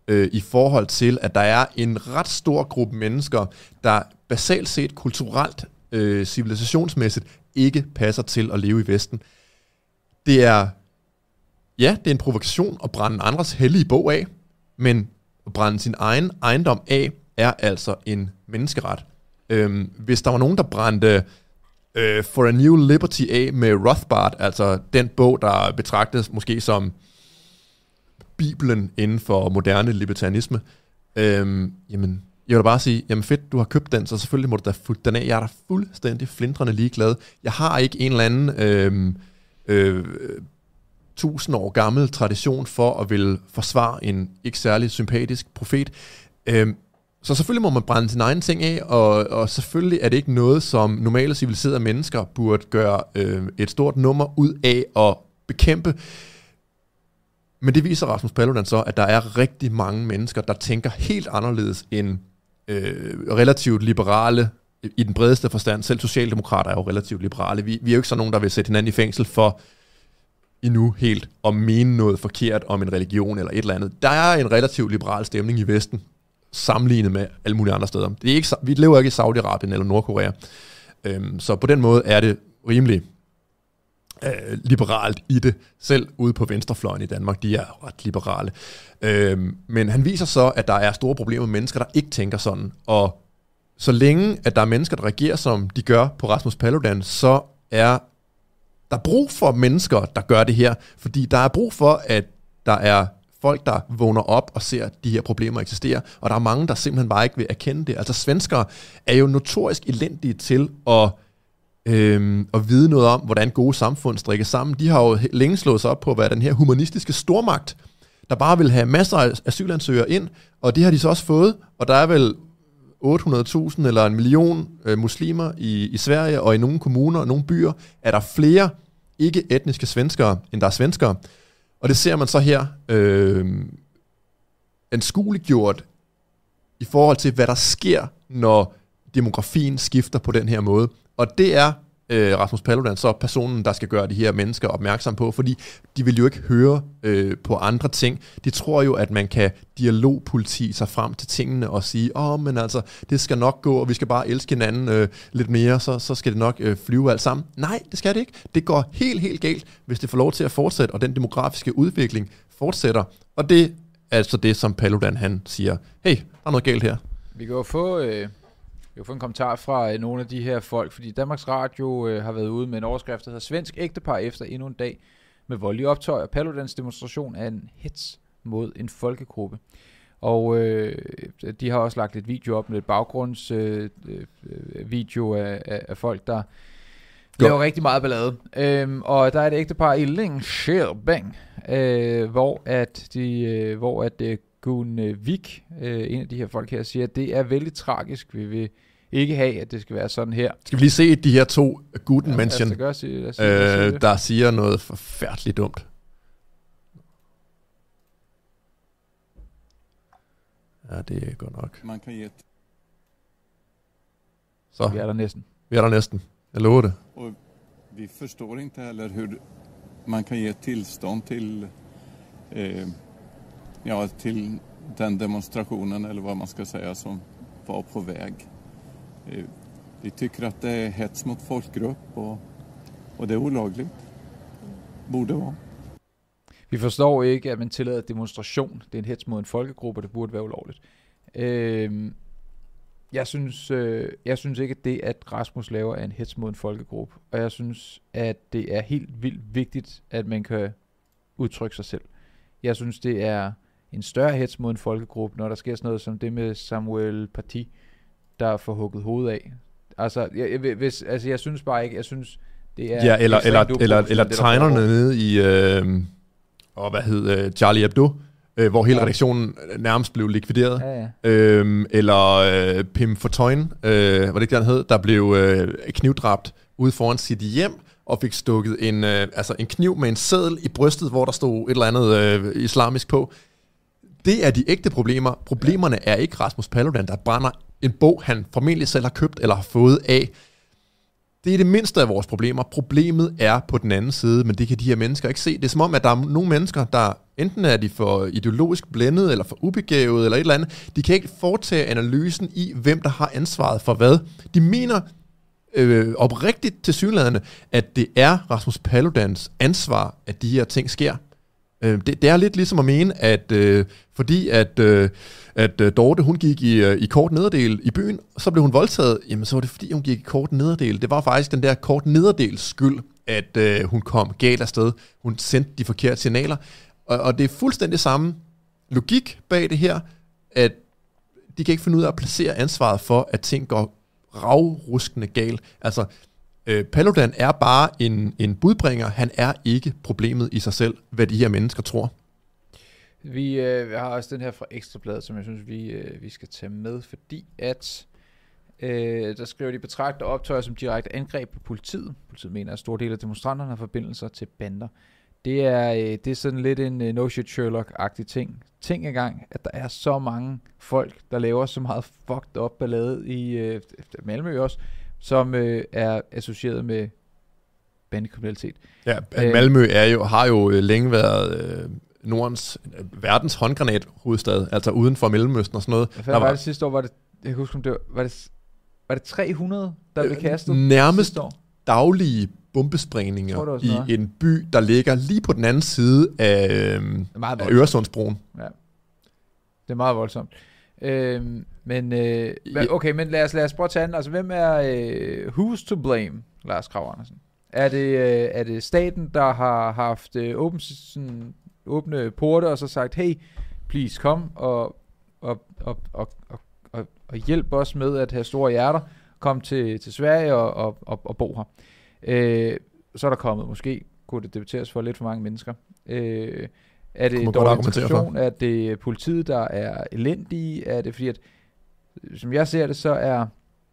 øh, i forhold til, at der er en ret stor gruppe mennesker, der basalt set kulturelt, øh, civilisationsmæssigt, ikke passer til at leve i Vesten. Det er, ja, det er en provokation at brænde andres hellige bog af, men at brænde sin egen ejendom af, er altså en menneskeret. Øhm, hvis der var nogen, der brændte øh, For a New Liberty af med Rothbard, altså den bog, der betragtes måske som Bibelen inden for moderne libertarianisme, øhm, jamen, jeg vil da bare sige, jamen fedt, du har købt den, så selvfølgelig må du da fulde den af. Jeg er da fuldstændig flintrende ligeglad. Jeg har ikke en eller anden øh, øh, tusind år gammel tradition for at ville forsvare en ikke særlig sympatisk profet. Øh, så selvfølgelig må man brænde sin egen ting af, og, og selvfølgelig er det ikke noget, som normale civiliserede mennesker burde gøre øh, et stort nummer ud af at bekæmpe. Men det viser Rasmus Paludan så, at der er rigtig mange mennesker, der tænker helt anderledes end øh, relativt liberale, i den bredeste forstand. Selv socialdemokrater er jo relativt liberale. Vi, vi er jo ikke sådan nogen, der vil sætte hinanden i fængsel for endnu helt at mene noget forkert om en religion eller et eller andet. Der er en relativt liberal stemning i Vesten, sammenlignet med alle mulige andre steder. Det er ikke, vi lever ikke i Saudi-Arabien eller Nordkorea. Øhm, så på den måde er det rimelig øh, liberalt i det. Selv ude på venstrefløjen i Danmark, de er ret liberale. Øhm, men han viser så, at der er store problemer med mennesker, der ikke tænker sådan. Og så længe, at der er mennesker, der reagerer, som de gør på Rasmus Paludan, så er der brug for mennesker, der gør det her. Fordi der er brug for, at der er folk, der vågner op og ser, at de her problemer eksisterer, og der er mange, der simpelthen bare ikke vil erkende det. Altså svenskere er jo notorisk elendige til at, øhm, at vide noget om, hvordan gode samfund strikker sammen. De har jo længe slået sig op på at være den her humanistiske stormagt, der bare vil have masser af asylansøgere ind, og det har de så også fået, og der er vel otte hundrede tusind eller en million øh, muslimer i, i Sverige, og i nogle kommuner og nogle byer er der flere ikke-etniske svenskere, end der er svenskere. Og det ser man så her øh, anskueliggjort i forhold til, hvad der sker, når demografien skifter på den her måde. Og det er øh, Rasmus Paludan så personen, der skal gøre de her mennesker opmærksom på, fordi de vil jo ikke høre øh, på andre ting. De tror jo, at man kan dialogpoliti sig frem til tingene og sige, åh, oh, men altså, det skal nok gå, og vi skal bare elske hinanden øh, lidt mere, så, så skal det nok øh, flyve alt sammen. Nej, det skal det ikke. Det går helt, helt galt, hvis det får lov til at fortsætte, og den demografiske udvikling fortsætter. Og det er altså det, som Paludan han siger, hey, der er noget galt her. Vi kan jo få... Øh Jeg kan få en kommentar fra øh, nogle af de her folk, fordi Danmarks Radio øh, har været ude med en overskrift, der hedder Svensk ægtepar efter endnu en dag med voldelige optøjer. Paludans demonstration er en hets mod en folkegruppe. Og øh, de har også lagt et video op med et baggrundsvideo øh, øh, af, af folk, der laver rigtig meget ballade. Øhm, og der er et ægtepar i Linköping, øh, hvor at de, øh, hvor at øh, Gun Vik, øh, en af de her folk her, siger, at det er vældig tragisk. Vi vil ikke have, at det skal være sådan her. Skal vi lige se de her to Gutenmenschen, ja, altså, øh, sige, der siger noget forfærdeligt dumt. Ja, det er godt nok. Man kan ge... Så. Vi er der næsten. Vi er der næsten. Jeg lover det. Og vi forstår ikke heller, hur man kan ge tillstånd til... Eh, Ja, till den demonstrationen, eller vad man ska säga, som var på väg. Vi tycker att det är hets mot folkgrupp, och, och det är olagligt. Borde vara. Vi forstår ikke, at man tillader demonstration. Det er en hets mod en folkegruppe, og det burde være ulovligt. Øh, jeg, synes, øh, jeg synes ikke, at det, at Rasmus laver, er en hets mod en folkegruppe. Og jeg synes, at det er helt vildt vigtigt, at man kan udtrykke sig selv. Jeg synes, det er en større hets mod en folkegruppe, når der sker sådan noget som det med Samuel Paty, der får hugget hovedet af. Altså, jeg, hvis, altså, jeg synes bare ikke, jeg synes, det er... Ja, eller, eller, eller, eller tegnerne nede i, øh, og hvad hed, øh, Charlie Hebdo, øh, hvor hele ja. redaktionen nærmest blev likvideret. Ja, ja. Øh, eller øh, Pim Fortuyn, øh, var det ikke det, han hed, der blev øh, knivdræbt ude foran sit hjem, og fik stukket en, øh, altså en kniv med en seddel i brystet, hvor der stod et eller andet øh, islamisk på. Det er de ægte problemer. Problemerne ja. er ikke Rasmus Paludan, der brænder en bog, han formentlig selv har købt eller har fået af. Det er det mindste af vores problemer. Problemet er på den anden side, men det kan de her mennesker ikke se. Det er som om, at der er nogle mennesker, der Enten er de for ideologisk blændet, eller for ubegavet, eller et eller andet. De kan ikke foretage analysen i, hvem der har ansvaret for hvad. De mener øh, oprigtigt til synlædende, at det er Rasmus Paludans ansvar, at de her ting sker. Øh, det, det er lidt ligesom at mene, at øh, fordi at, øh, at øh, Dorte, hun gik i, øh, i kort nederdel i byen, så blev hun voldtaget, jamen så var det fordi, hun gik i kort nederdel. Det var faktisk den der kort nederdels skyld, at øh, hun kom galt afsted. Hun sendte de forkerte signaler. Og, og det er fuldstændig samme logik bag det her, at de kan ikke finde ud af at placere ansvaret for, at ting går ravruskende galt. Altså, øh, Paludan er bare en, en budbringer. Han er ikke problemet i sig selv, hvad de her mennesker tror. Vi øh, har også den her fra Ekstrabladet, som jeg synes, vi, øh, vi skal tage med, fordi at øh, der skriver de betragter optøjer som direkte angreb på politiet. Politiet mener, at store dele af demonstranterne har forbindelser til bander. Det er, øh, det er sådan lidt en uh, no shit Sherlock-agtig ting. Tænk engang, at der er så mange folk, der laver så meget fucked up ballade i øh, Malmø også, som øh, er associeret med bandekriminalitet. Ja, Malmø er jo, har jo længe været øh, Nordens, øh, verdens håndgranat hovedstad, altså uden for Mellemøsten og sådan noget. Hvad var, var det sidste år? Var det, jeg kan huske, om det var, var det, var det tre hundrede, der øh, blev kastet nærmest daglige bombesprængninger i en by, der ligger lige på den anden side af, øh, af Øresundsbroen. Ja. Det er meget voldsomt. Øhm, men øh, okay, men lad os, lad os prøve at tage den. Altså, hvem er øh, who's to blame, Lars Krag Andersen? Er det, øh, er det staten, der har haft øh, åben, sådan, åbne porte og så sagt, hey, please kom og, og, og, og, og, og, og hjælp os med at have store hjerter, kom til, til Sverige og, og, og, og bo her. Øh, så er der kommet, måske kunne det debatteres for lidt for mange mennesker. Øh, er det dårlig integration? Er det politiet, der er elendige? Er det fordi, at som jeg ser det, så er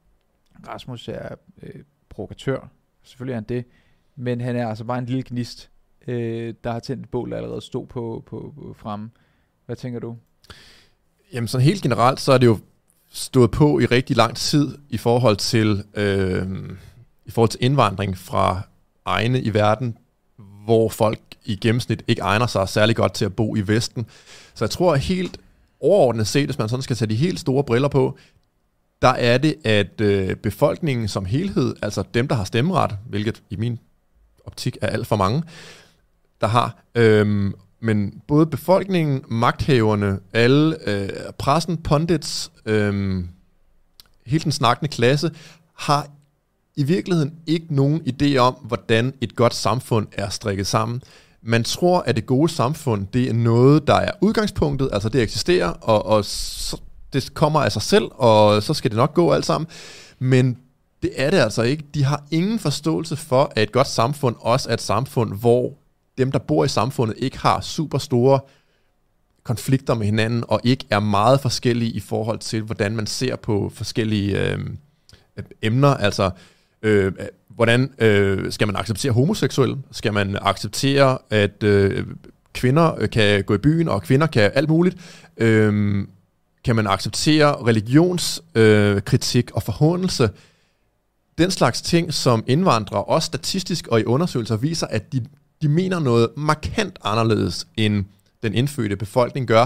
Rasmus er øh, provokatør. Selvfølgelig er han det. Men han er altså bare en lille gnist, øh, der har tændt et bål, der allerede stod på, på, på fremme. Hvad tænker du? Jamen sådan helt generelt, så er det jo stået på i rigtig lang tid i forhold til... Øh, i forhold til indvandring fra egne i verden, hvor folk i gennemsnit ikke egner sig særlig godt til at bo i Vesten. Så jeg tror helt overordnet set, hvis man sådan skal tage de helt store briller på, der er det, at øh, befolkningen som helhed, altså dem, der har stemmeret, hvilket i min optik er alt for mange, der har, øh, men både befolkningen, magthaverne, alle, øh, pressen, pundits, øh, hele den snakkende klasse, har i virkeligheden ikke nogen idé om, hvordan et godt samfund er strikket sammen. Man tror, at det gode samfund, det er noget, der er udgangspunktet, altså det eksisterer, og, og så, det kommer af sig selv, og så skal det nok gå alt sammen. Men det er det altså ikke. De har ingen forståelse for, at et godt samfund også er et samfund, hvor dem, der bor i samfundet, ikke har super store konflikter med hinanden, og ikke er meget forskellige i forhold til, hvordan man ser på forskellige øh, emner, altså Øh, hvordan øh, skal man acceptere homoseksuelle? Skal man acceptere, at øh, kvinder kan gå i byen, og kvinder kan alt muligt? Øh, kan man acceptere religionskritik øh, og forhåndelse? Den slags ting, som indvandrere, også statistisk og i undersøgelser, viser, at de, de mener noget markant anderledes, end den indfødte befolkning gør.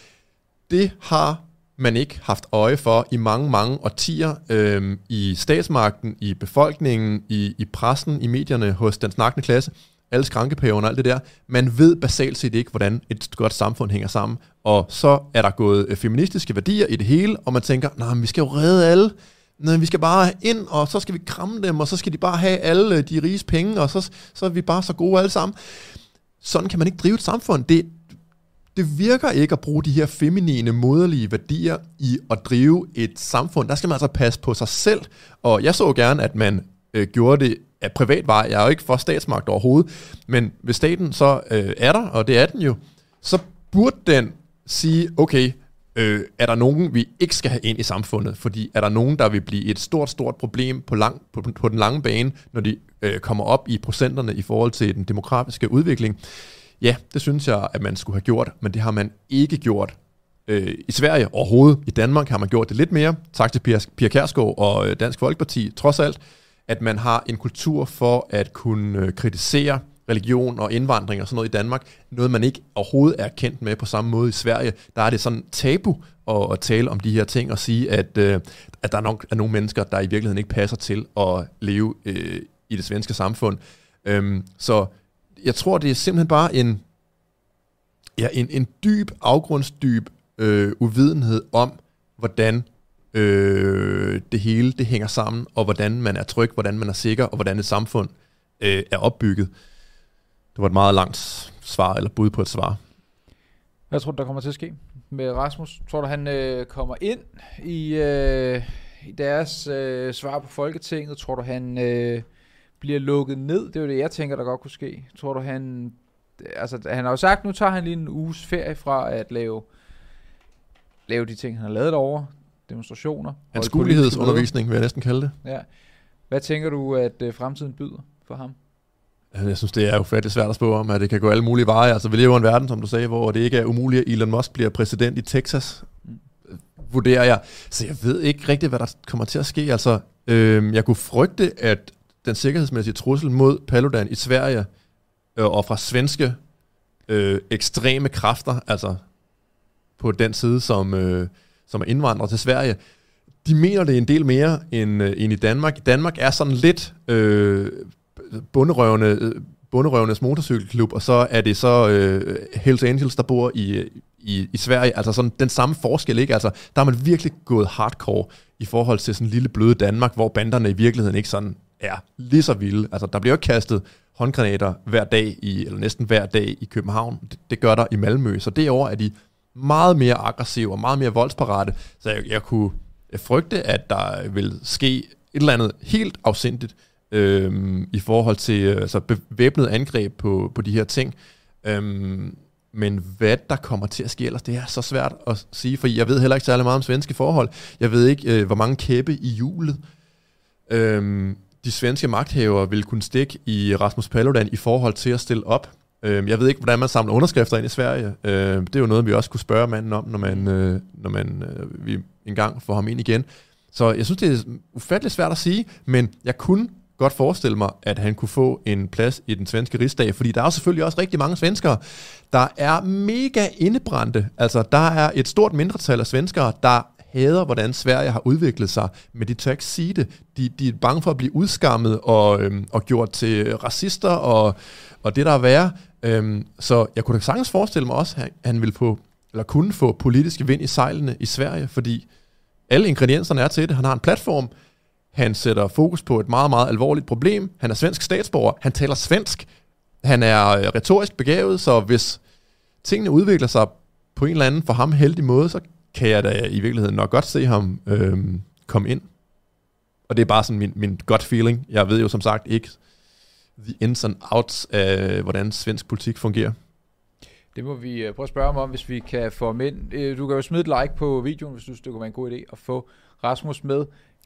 Det har man ikke haft øje for i mange, mange årtier øh, i statsmagten, i befolkningen, i, i pressen, i medierne, hos den snakkende klasse, alle skrankepaver og alt det der. Man ved basalt set ikke, hvordan et godt samfund hænger sammen. Og så er der gået feministiske værdier i det hele, og man tænker, nej, vi skal jo redde alle. Nej, vi skal bare ind, og så skal vi kramme dem, og så skal de bare have alle de riges penge, og så, så er vi bare så gode alle sammen. Sådan kan man ikke drive et samfund. Det Det virker ikke at bruge de her feminine, moderlige værdier i at drive et samfund. Der skal man altså passe på sig selv. Og jeg så gerne, at man øh, gjorde det af privat vej. Jeg er jo ikke for statsmagt overhovedet. Men hvis staten så øh, er der, og det er den jo, så burde den sige, okay, øh, er der nogen, vi ikke skal have ind i samfundet? Fordi er der nogen, der vil blive et stort, stort problem på, lang, på, på den lange bane, når de øh, kommer op i procenterne i forhold til den demografiske udvikling? Ja, det synes jeg, at man skulle have gjort, men det har man ikke gjort øh, i Sverige overhovedet. I Danmark har man gjort det lidt mere. Tak til Pia Kjærsgaard og øh, Dansk Folkeparti, trods alt, at man har en kultur for at kunne øh, kritisere religion og indvandring og sådan noget i Danmark, noget man ikke overhovedet er kendt med på samme måde i Sverige. Der er det sådan tabu at, at tale om de her ting og sige, at, øh, at der er, nok, er nogle mennesker, der i virkeligheden ikke passer til at leve øh, i det svenske samfund. Øhm, så jeg tror, det er simpelthen bare en, ja, en, en dyb, afgrundsdyb øh, uvidenhed om, hvordan øh, det hele det hænger sammen, og hvordan man er tryg, hvordan man er sikker, og hvordan et samfund øh, er opbygget. Det var et meget langt svar, eller bud på et svar. Hvad tror du, der kommer til at ske med Rasmus? Tror du, han øh, kommer ind i, øh, i deres øh, svar på Folketinget? Tror du, han øh, bliver lukket ned? Det er jo det, jeg tænker, der godt kunne ske. Tror du, han... Altså, han har jo sagt, nu tager han lige en uges ferie fra at lave, lave de ting, han har lavet derovre. Demonstrationer. Anskuelighedsundervisning, vil jeg næsten kalde det. Ja. Hvad tænker du, at øh, fremtiden byder for ham? Jeg synes, det er jo fattigt svært at spå om, at det kan gå alle mulige veje. Altså, vi lever i en verden, som du sagde, hvor det ikke er umuligt, at Elon Musk bliver præsident i Texas, mm. vurderer jeg. Så jeg ved ikke rigtigt, hvad der kommer til at ske. Altså, øh, jeg kunne frygte, at den sikkerhedsmæssige trussel mod Paludan i Sverige øh, og fra svenske øh, ekstreme kræfter, altså på den side, som, øh, som er indvandret til Sverige, de mener det en del mere end, øh, end i Danmark. Danmark er sådan lidt... Øh, bunderøvende, bunderøvenes motorcykelklub, og så er det så øh, Hells Angels, der bor i, i, i Sverige. Altså sådan den samme forskel, ikke? Altså, der er man virkelig gået hardcore i forhold til sådan en lille bløde Danmark, hvor banderne i virkeligheden ikke sådan er lige så vilde. Altså, der bliver jo kastet håndgranater hver dag, i, eller næsten hver dag i København. Det, det gør der i Malmø. Så derovre er de meget mere aggressive og meget mere voldsparate. Så jeg, jeg kunne frygte, at der vil ske et eller andet helt afsindigt, Øhm, i forhold til altså, bevæbnet angreb på, på de her ting. Øhm, men hvad der kommer til at ske ellers, det er så svært at sige, for jeg ved heller ikke særlig meget om svenske forhold. Jeg ved ikke, øh, hvor mange kæppe i hjulet øhm, de svenske magthavere vil kunne stikke i Rasmus Paludan i forhold til at stille op. Øhm, jeg ved ikke, hvordan man samler underskrifter ind i Sverige. Øhm, det er jo noget, vi også kunne spørge manden om, når man, øh, når man øh, vi engang får ham ind igen. Så jeg synes, det er ufatteligt svært at sige, men jeg kunne godt forestille mig, at han kunne få en plads i den svenske rigsdag, fordi der er jo selvfølgelig også rigtig mange svenskere, der er mega indebrændte. Altså, der er et stort mindretal af svenskere, der hader, hvordan Sverige har udviklet sig, men de tør ikke sige det. De, de er bange for at blive udskammet og, øhm, og gjort til racister og, og det, der er værre. Øhm, så jeg kunne da sagtens forestille mig også, at han ville få, eller kunne få politiske vind i sejlene i Sverige, fordi alle ingredienserne er til det. Han har en platform. Han sætter fokus på et meget, meget alvorligt problem. Han er svensk statsborger. Han taler svensk. Han er retorisk begavet, så hvis tingene udvikler sig på en eller anden for ham heldig måde, så kan jeg da i virkeligheden nok godt se ham øhm, komme ind. Og det er bare sådan min, min gut feeling. Jeg ved jo som sagt ikke the ins and outs af, hvordan svensk politik fungerer. Det må vi prøve at spørge ham om, hvis vi kan få ham ind. Du kan jo smide et like på videoen, hvis du synes, det kunne være en god idé at få Rasmus med.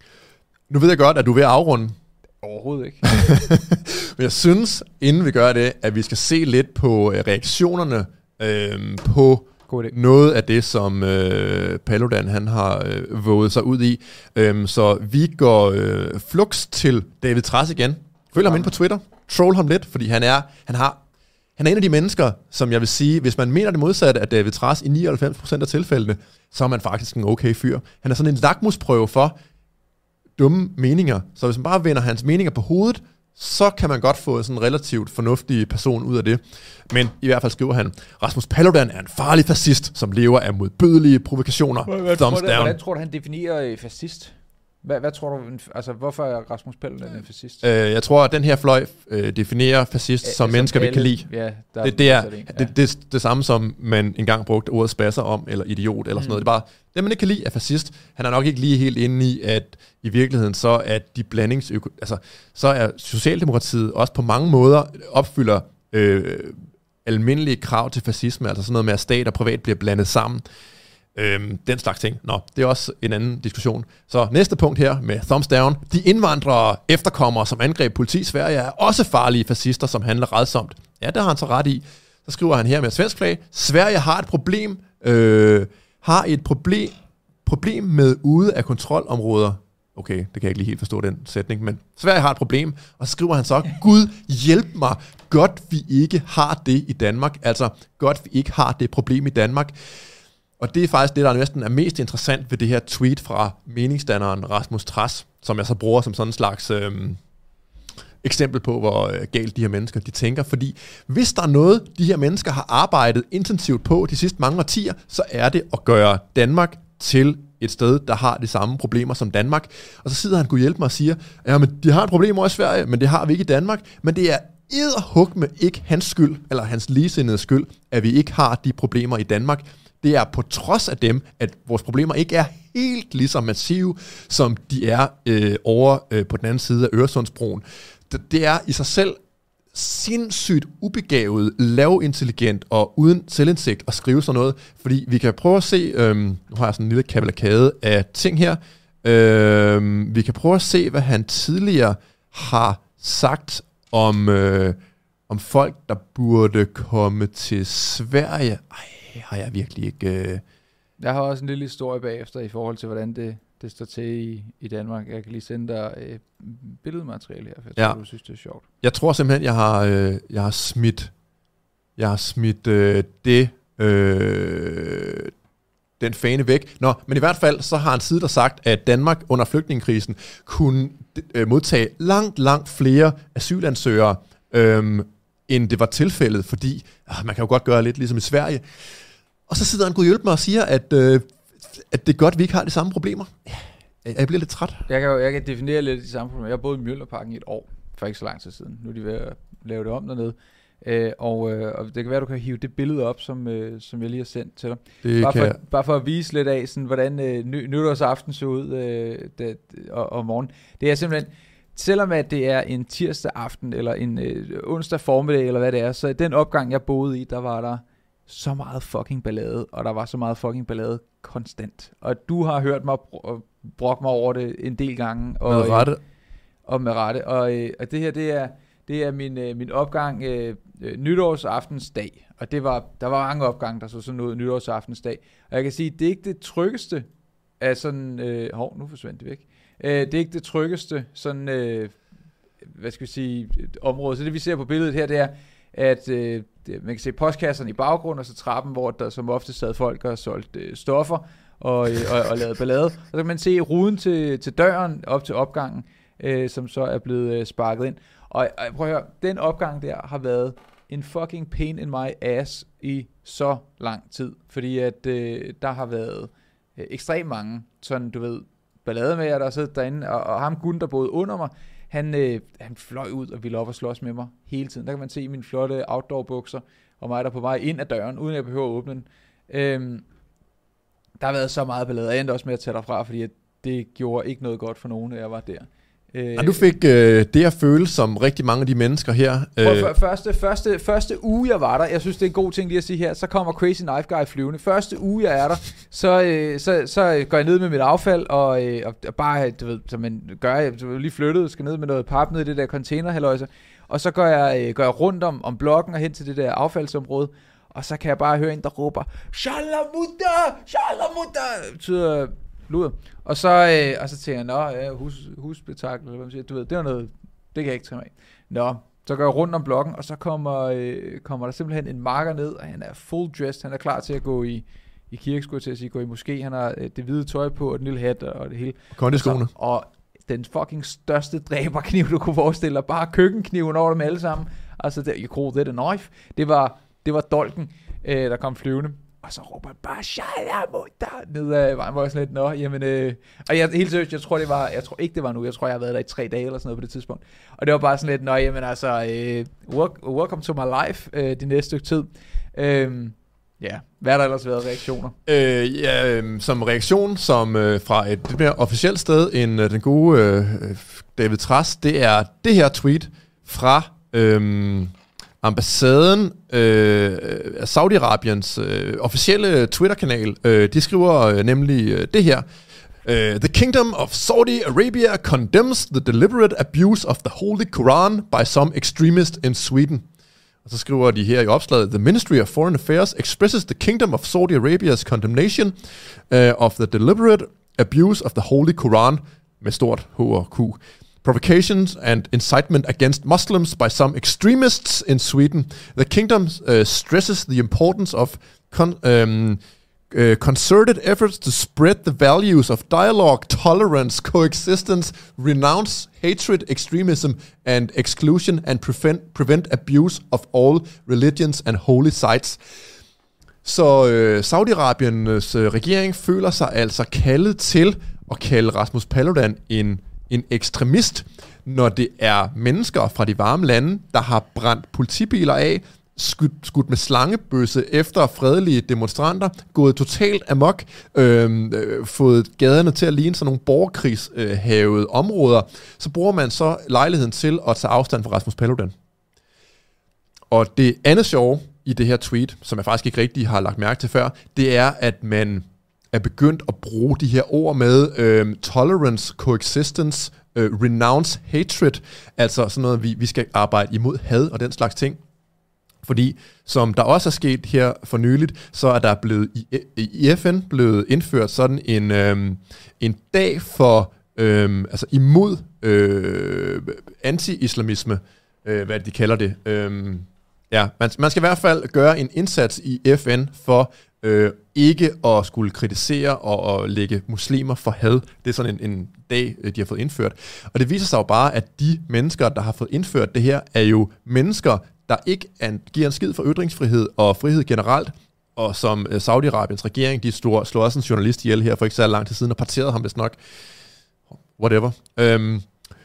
Nu ved jeg godt, at du er ved at afrunde. Overhovedet ikke. Men jeg synes, inden vi gør det, at vi skal se lidt på reaktionerne øh, på noget af det, som øh, Paludan han har øh, våget sig ud i. Øh, så vi går øh, flux til David Trads igen. Følg ham ind på Twitter. Troll ham lidt, fordi han er, han har, han er en af de mennesker, som jeg vil sige, hvis man mener det modsatte af David Trads i nioghalvfems procent af tilfældene, så er man faktisk en okay fyr. Han er sådan en lakmusprøve for dumme meninger. Så hvis man bare vender hans meninger på hovedet, så kan man godt få sådan en relativt fornuftig person ud af det. Men i hvert fald skriver han, Rasmus Paludan er en farlig fascist, som lever af modbydelige provokationer. Hvad, tror du, hvordan tror du, han definerer fascist? Hvad, hvad tror du, altså hvorfor er Rasmus Paludan en fascist? Øh, jeg tror, at den her fløj øh, definerer fascist Æ, som mennesker, vi kan lide. Ja, der det, det er det, ja. det, det, det samme, som man engang brugte ordet spasser om, eller idiot, eller mm. sådan noget. Det er bare, det man ikke kan lide er fascist. Han er nok ikke lige helt inde i, at i virkeligheden så er de blandings... Altså, så er Socialdemokratiet også på mange måder opfylder øh, almindelige krav til fascisme, altså sådan noget med, at stat og privat bliver blandet sammen. Øhm, den slags ting. Nå, det er også en anden diskussion. Så næste punkt her med thumbs down. De indvandrere, efterkommere, som angreb politi i Sverige, er også farlige fascister, som handler rædsomt. Ja, det har han så ret i. Så skriver han her med svensk flag. Sverige har et problem, øh, har et problem, problem med ude af kontrolområder Okay, det kan jeg ikke lige helt forstå, den sætning, men Sverige har et problem, og så skriver han så, Gud hjælp mig, godt vi ikke har det i Danmark, altså godt vi ikke har det problem i Danmark. Og det er faktisk det, der næsten er mest interessant ved det her tweet fra meningsdanneren Rasmus Trads, som jeg så bruger som sådan en slags øhm, eksempel på, hvor øh, galt de her mennesker de tænker. Fordi hvis der er noget, de her mennesker har arbejdet intensivt på de sidste mange årtier, så er det at gøre Danmark til et sted, der har de samme problemer som Danmark. Og så sidder han, kunne hjælpe mig og siger, ja, men de har et problem over i Sverige, men det har vi ikke i Danmark. Men det er edderhugme ikke hans skyld, eller hans ligesindede skyld, at vi ikke har de problemer i Danmark. Det er på trods af dem, at vores problemer ikke er helt lige så massive, som de er øh, over øh, på den anden side af Øresundsbroen. Det, det er i sig selv sindssygt ubegavet, lavintelligent og uden selvindsigt at skrive sådan noget, fordi vi kan prøve at se, øhm, nu har jeg sådan en lille kavalkade af ting her, øhm, vi kan prøve at se, hvad han tidligere har sagt om, øh, om folk, der burde komme til Sverige. Ej, har jeg virkelig ikke... Øh... Jeg har også en lille historie bagefter i forhold til, hvordan det, det står til i, i Danmark. Jeg kan lige sende dig øh, billedmateriale her, for jeg tror, ja. Du synes, det er sjovt. Jeg tror simpelthen, jeg har, øh, jeg har smidt, jeg har smidt øh, det, øh, den fane væk. Nå, men i hvert fald, så har han siden der sagt, at Danmark under flygtningekrisen kunne øh, modtage langt, langt flere asylansøgere, øh, end det var tilfældet, fordi øh, man kan jo godt gøre lidt ligesom i Sverige. Og så sidder han, Gud hjælpe mig, og siger, at, øh, at det er godt, at vi ikke har de samme problemer. Jeg bliver lidt træt. Jeg kan, jeg kan definere lidt de samme problemer. Jeg har boet i Mjølnerparken i et år, for ikke så lang tid siden. Nu er de ved at lave det om dernede. Øh, og, øh, og det kan være, du kan hive det billede op, som, øh, som jeg lige har sendt til dig. Det bare, kan for, bare for at vise lidt af, sådan, hvordan øh, ny, nytårsaften så ud øh, det, og, og morgen. Det er simpelthen, selvom at det er en tirsdag aften, eller en øh, onsdag formiddag, eller hvad det er, så i den opgang, jeg boede i, der var der så meget fucking ballade, og der var så meget fucking ballade konstant. Og du har hørt mig bro- brokke mig over det en del gange. Og, med rette. Øh, og med rette. Og, øh, og det her, det er, det er min, øh, min opgang øh, øh, nytårsaftensdag. Og det var, der var mange opgange, der så sådan noget nytårsaftensdag. Og jeg kan sige, det er ikke det tryggeste af sådan... Øh, hov, nu forsvandt det væk. Øh, det er ikke det tryggeste sådan... Øh, hvad skal vi sige... område. Så det vi ser på billedet her, det er, at... Øh, man kan se postkasserne i baggrunden, og så trappen, hvor der som ofte sad folk og solgte øh, stoffer og, øh, og, og lavede ballade. Og så kan man se ruden til, til døren op til opgangen, øh, som så er blevet øh, sparket ind. Og, og prøv at høre, den opgang der har været en fucking pain in my ass i så lang tid. Fordi at øh, der har været øh, ekstremt mange, sådan du ved, ballademager, der sidder derinde, og, og ham gutten, der boede under mig, Han, øh, han fløj ud og ville op og slås med mig hele tiden. Der kan man se mine flotte outdoor-bukser, og mig der på vej ind ad døren, uden at jeg behøver at åbne den. Øhm, der har været så meget ballade. Jeg endte også med at tage derfra, fordi at det gjorde ikke noget godt for nogen, da jeg var der. Øh, og du fik øh, det at føle som rigtig mange af de mennesker her. Øh. For, første, første, første uge, jeg var der, jeg synes, det er en god ting lige at sige her, så kommer Crazy Knife Guy flyvende. Første uge, jeg er der, så, øh, så, så går jeg ned med mit affald, og, øh, og bare, du ved, som man gør, jeg er lige flyttet, skal ned med noget pap ned i det der container, og så går jeg, øh, går jeg rundt om, om blokken og hen til det der affaldsområde, og så kan jeg bare høre en, der råber, Shalamuta! Shalamuta! Det betyder luder. Og så, øh, og så tænker jeg, nå, ja, hus, husspektakel, eller hvad man siger, du ved, det var noget, det kan jeg ikke tage mig af. Nå, så går jeg rundt om blokken, og så kommer, øh, kommer der simpelthen en marker ned, og han er full dressed, han er klar til at gå i, i kirke, skulle jeg til at sige, gå i moské, han har øh, det hvide tøj på, og den lille hat, og det hele. Kondiskoene. Og, og den fucking største dræberkniv, du kunne forestille dig, bare køkkenkniven over dem alle sammen, altså, det, you call that a knife, det var, det var dolken, øh, der kom flyvende. Og så råber han bare, Shalamuta, ned ad vejen, hvor jeg sådan lidt, nå, jamen, øh, og jeg, helt seriøst, jeg tror, det var, jeg tror ikke, det var nu, jeg tror, jeg har været der i tre dage, eller sådan noget på det tidspunkt, og det var bare sådan lidt, nå, jamen, altså, øh, work, welcome to my life, øh, de næste stykke tid, øh, ja, hvad har der ellers været reaktioner? Øh, ja, øh, som reaktion, som øh, fra et lidt mere officielt sted, end øh, den gode øh, David Trads, det er det her tweet fra, øh, ambassaden øh, af Saudi-Arabiens øh, officielle Twitter-kanal, øh, de skriver øh, nemlig øh, det her. Uh, the Kingdom of Saudi Arabia condemns the deliberate abuse of the Holy Quran by some extremists in Sweden. Og så skriver de her i opslaget, The Ministry of Foreign Affairs expresses the Kingdom of Saudi Arabia's condemnation uh, of the deliberate abuse of the Holy Quran med stort H og Q. Provocations and incitement against Muslims by some extremists in Sweden. The kingdom uh, stresses the importance of con- um, uh, concerted efforts to spread the values of dialogue, tolerance, coexistence, renounce hatred, extremism, and exclusion, and prevent, prevent abuse of all religions and holy sites. Så øh, Saudi-Arabiens øh, regering føler sig altså kaldet til at kalde Rasmus Paludan en, en ekstremist, når det er mennesker fra de varme lande, der har brændt politibiler af, skudt, skudt med slangebøsse efter fredelige demonstranter, gået totalt amok, øh, øh, fået gaderne til at ligne sådan nogle borgerkrigshavede øh, områder, så bruger man så lejligheden til at tage afstand fra Rasmus Paludan. Og det andet sjove i det her tweet, som jeg faktisk ikke rigtig har lagt mærke til før, det er, at man er begyndt at bruge de her ord med øh, tolerance, coexistence, øh, renounce hatred, altså sådan noget, vi, vi skal arbejde imod had og den slags ting. Fordi, som der også er sket her for nyligt, så er der blevet i, i F N blevet indført sådan en, øh, en dag for, øh, altså imod øh, anti-islamisme, øh, hvad de kalder det. Øh, ja, man, man skal i hvert fald gøre en indsats i F N for øh, ikke at skulle kritisere og, og lægge muslimer for had. Det er sådan en, en dag, de har fået indført. Og det viser sig jo bare, at de mennesker, der har fået indført det her, er jo mennesker, der ikke an, giver en skid for ytringsfrihed og frihed generelt, og som uh, Saudi-Arabiens regering, de slår, slår også en journalist ihjel her for ikke så lang tid siden, og parterede ham vist nok. Whatever. Um,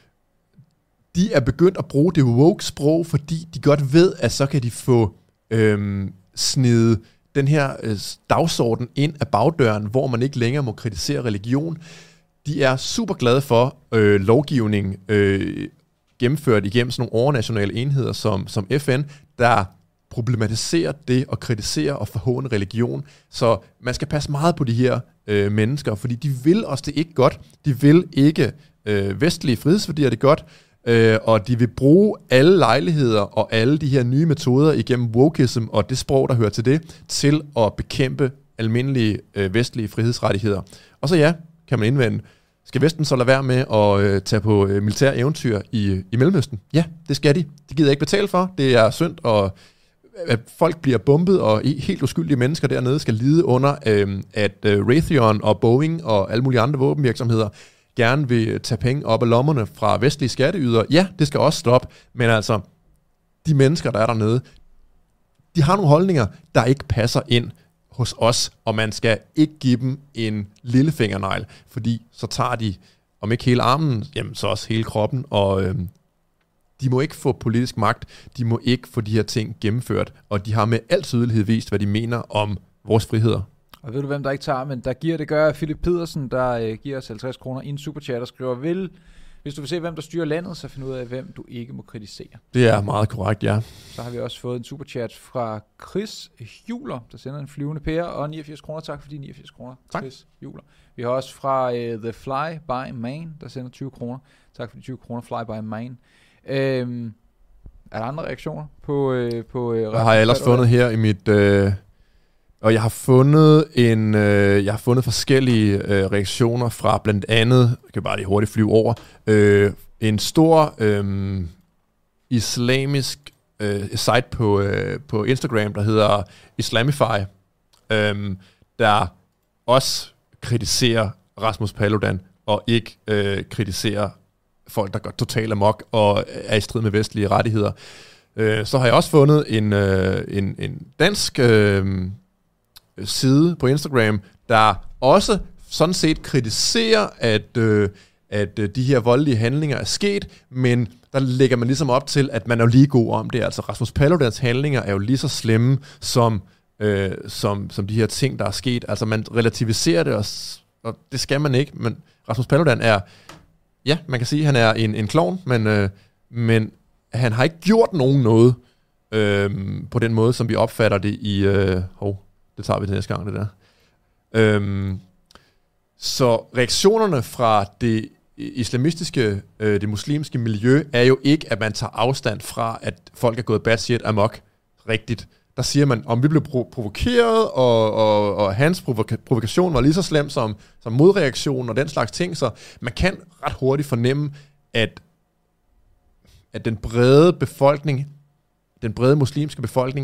de er begyndt at bruge det woke-sprog, fordi de godt ved, at så kan de få um, snedet den her uh, dagsorden ind af bagdøren, hvor man ikke længere må kritisere religion. De er super glade for uh, lovgivning, uh, gennemført igennem sådan nogle overnationale enheder som, som F N, der problematiserer det og kritiserer og forhåne religion. Så man skal passe meget på de her øh, mennesker, fordi de vil os det ikke godt. De vil ikke øh, vestlige frihedsværdier det godt, øh, og de vil bruge alle lejligheder og alle de her nye metoder igennem wokeism og det sprog, der hører til det, til at bekæmpe almindelige øh, vestlige frihedsrettigheder. Og så ja, kan man indvende, skal Vesten så lade være med at øh, tage på øh, militære eventyr i, i Mellemøsten? Ja, det skal de. Det gider jeg ikke betale for. Det er synd, og at folk bliver bombet, og helt uskyldige mennesker dernede skal lide under, øh, at øh, Raytheon og Boeing og alle mulige andre våbenvirksomheder gerne vil tage penge op af lommerne fra vestlige skatteydere. Ja, det skal også stoppe. Men altså, de mennesker, der er dernede, de har nogle holdninger, der ikke passer ind hos os, og man skal ikke give dem en lille fingernegl, fordi så tager de, om ikke hele armen, jamen så også hele kroppen, og øhm, de må ikke få politisk magt, de må ikke få de her ting gennemført, og de har med al tydelighed vist, hvad de mener om vores friheder. Og ved du, hvem der ikke tager, men der giver det gør Philip Pedersen, der øh, giver os halvtreds kroner i en superchat og skriver, vil, hvis du vil se, hvem der styrer landet, så find ud af, hvem du ikke må kritisere. Det er meget korrekt, ja. Så har vi også fået en superchat fra Chris Juler, der sender en flyvende pære, og niogfirs kroner. Tak for de niogfirs kroner, Chris Juler. Vi har også fra uh, The Fly by Man, der sender tyve kroner. Tak for de tyve kroner, Fly by Man. Øhm, er der andre reaktioner på... Øh, på øh, Hvad har jeg ellers fundet her i mit... Øh Og jeg har fundet en, øh, jeg har fundet forskellige øh, reaktioner fra blandt andet, jeg kan bare lige hurtigt flyve over, øh, en stor øh, islamisk øh, site på, øh, på Instagram, der hedder Islamify, øh, der også kritiserer Rasmus Paludan og ikke øh, kritiserer folk, der går totalt amok og er i strid med vestlige rettigheder. Øh, så har jeg også fundet en, øh, en, en dansk... Øh, side på Instagram, der også sådan set kritiserer, at, øh, at øh, de her voldelige handlinger er sket, men der lægger man ligesom op til, at man er jo lige god om det. Altså Rasmus Paludans handlinger er jo lige så slemme, som, øh, som, som de her ting, der er sket. Altså man relativiserer det, og, og det skal man ikke, men Rasmus Paludan er, ja, man kan sige, at han er en, en klovn, men, øh, men han har ikke gjort nogen noget øh, på den måde, som vi opfatter det i... Øh, hov, det tager vi til næste gang, det der. Øhm, så reaktionerne fra det islamistiske, øh, det muslimske miljø, er jo ikke, at man tager afstand fra, at folk er gået bad shit amok rigtigt. der siger man, om vi blev pro- provokeret, og, og, og hans provoka- provokation var lige så slem som, som modreaktion og den slags ting, så man kan ret hurtigt fornemme, at, at den brede befolkning, den brede muslimske befolkning,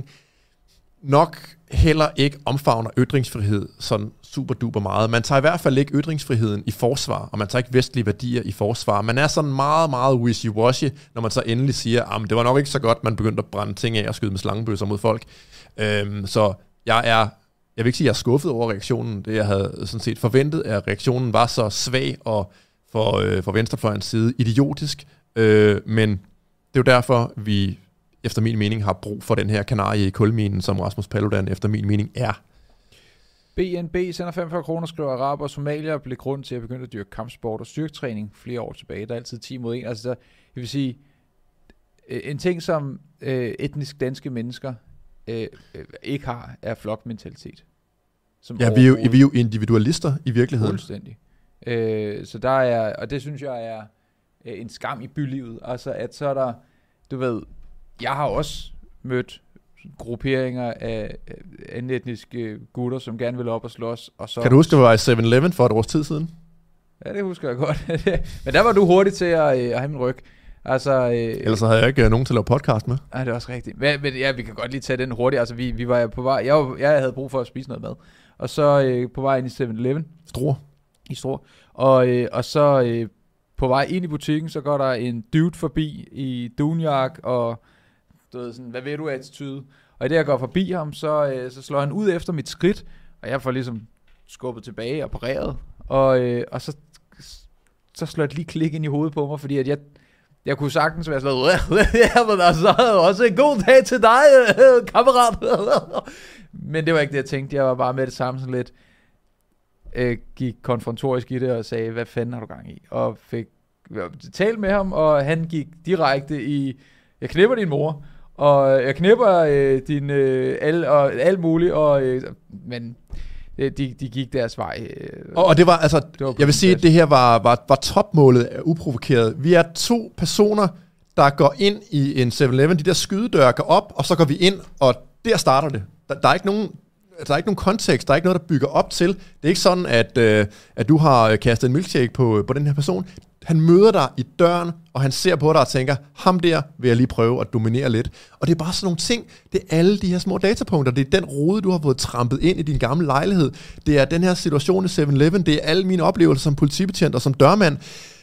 nok heller ikke omfavner ytringsfrihed sådan super duper meget. Man tager i hvert fald ikke ytringsfriheden i forsvar, og man tager ikke vestlige værdier i forsvar. Man er sådan meget, meget wishy-washy, når man så endelig siger, at det var nok ikke så godt, man begyndte at brænde ting af og skyde med slangebøsser mod folk. Øhm, så jeg er, jeg vil ikke sige, at jeg er skuffet over reaktionen. Det jeg havde sådan set forventet, at reaktionen var så svag og for, øh, for venstrefløjens side idiotisk. Øh, men det er jo derfor, vi efter min mening har brug for den her kanarie i kulminen, som Rasmus Paludan efter min mening er. B N B sender femogfyrre kroner, skriver araber og somalier blev grund til at begynde at dyrke kampsport og styrketræning flere år tilbage. Der er altid ti mod en. Altså, der, jeg vil sige, en ting, som øh, etnisk danske mennesker øh, øh, ikke har, er flokmentalitet. Som ja, vi er, jo, vi er jo individualister i virkeligheden. Fuldstændig. Øh, så der er, og det synes jeg er øh, en skam i bylivet. Altså, at så er der, du ved, jeg har også mødt grupperinger af anden etniske gutter, som gerne vil op og slås. Og så, kan du huske, at vi var i seven eleven for et års tid siden? Ja, det husker jeg godt. Men der var du hurtig til at, at have min ryg. Altså, øh, Ellers havde jeg ikke uh, nogen til at lave podcast med. Nej, det er også rigtigt. Men, men ja, vi kan godt lige tage den hurtigt. Altså, vi, vi var på vej. Jeg, var, jeg havde brug for at spise noget mad. Og så øh, på vej ind i seven eleven. Struer. I Struer. Og, øh, og så øh, på vej ind i butikken, så går der en dude forbi i dunjak og du ved, sådan, hvad ved du attitude? Og i det, jeg går forbi ham, så, øh, så slår han ud efter mit skridt, og jeg får ligesom skubbet tilbage og pareret, og, øh, og så, så slår det lige klik ind i hovedet på mig, fordi at jeg, jeg kunne sagtens være slået, ja, men altså, også en god dag til dig, kammerat. Men det var ikke det, jeg tænkte. Jeg var bare med det samme sådan lidt, øh, gik konfrontorisk i det og sagde, hvad fanden har du gang i? Og fik talt med ham, og han gik direkte i, jeg knipper din mor, og jeg knipper øh, din øh, al, og alt muligt, og, øh, men øh, de, de gik deres vej. Øh, og, og det var altså, det var jeg vil sige, at det her var, var, var topmålet af uprovokeret. Vi er to personer, der går ind i en seven eleven, de der skydedøre går op, og så går vi ind, og der starter det. Der, der er ikke nogen... Der er ikke nogen kontekst, der er ikke noget, der bygger op til. Det er ikke sådan, at, øh, at du har kastet en milkshake på, på den her person. Han møder dig i døren, og han ser på dig og tænker, ham der vil jeg lige prøve at dominere lidt. Og det er bare sådan nogle ting. Det er alle de her små datapunkter. Det er den rode, du har fået trampet ind i din gamle lejlighed. Det er den her situation i seven eleven. Det er alle mine oplevelser som politibetjent og som dørmand.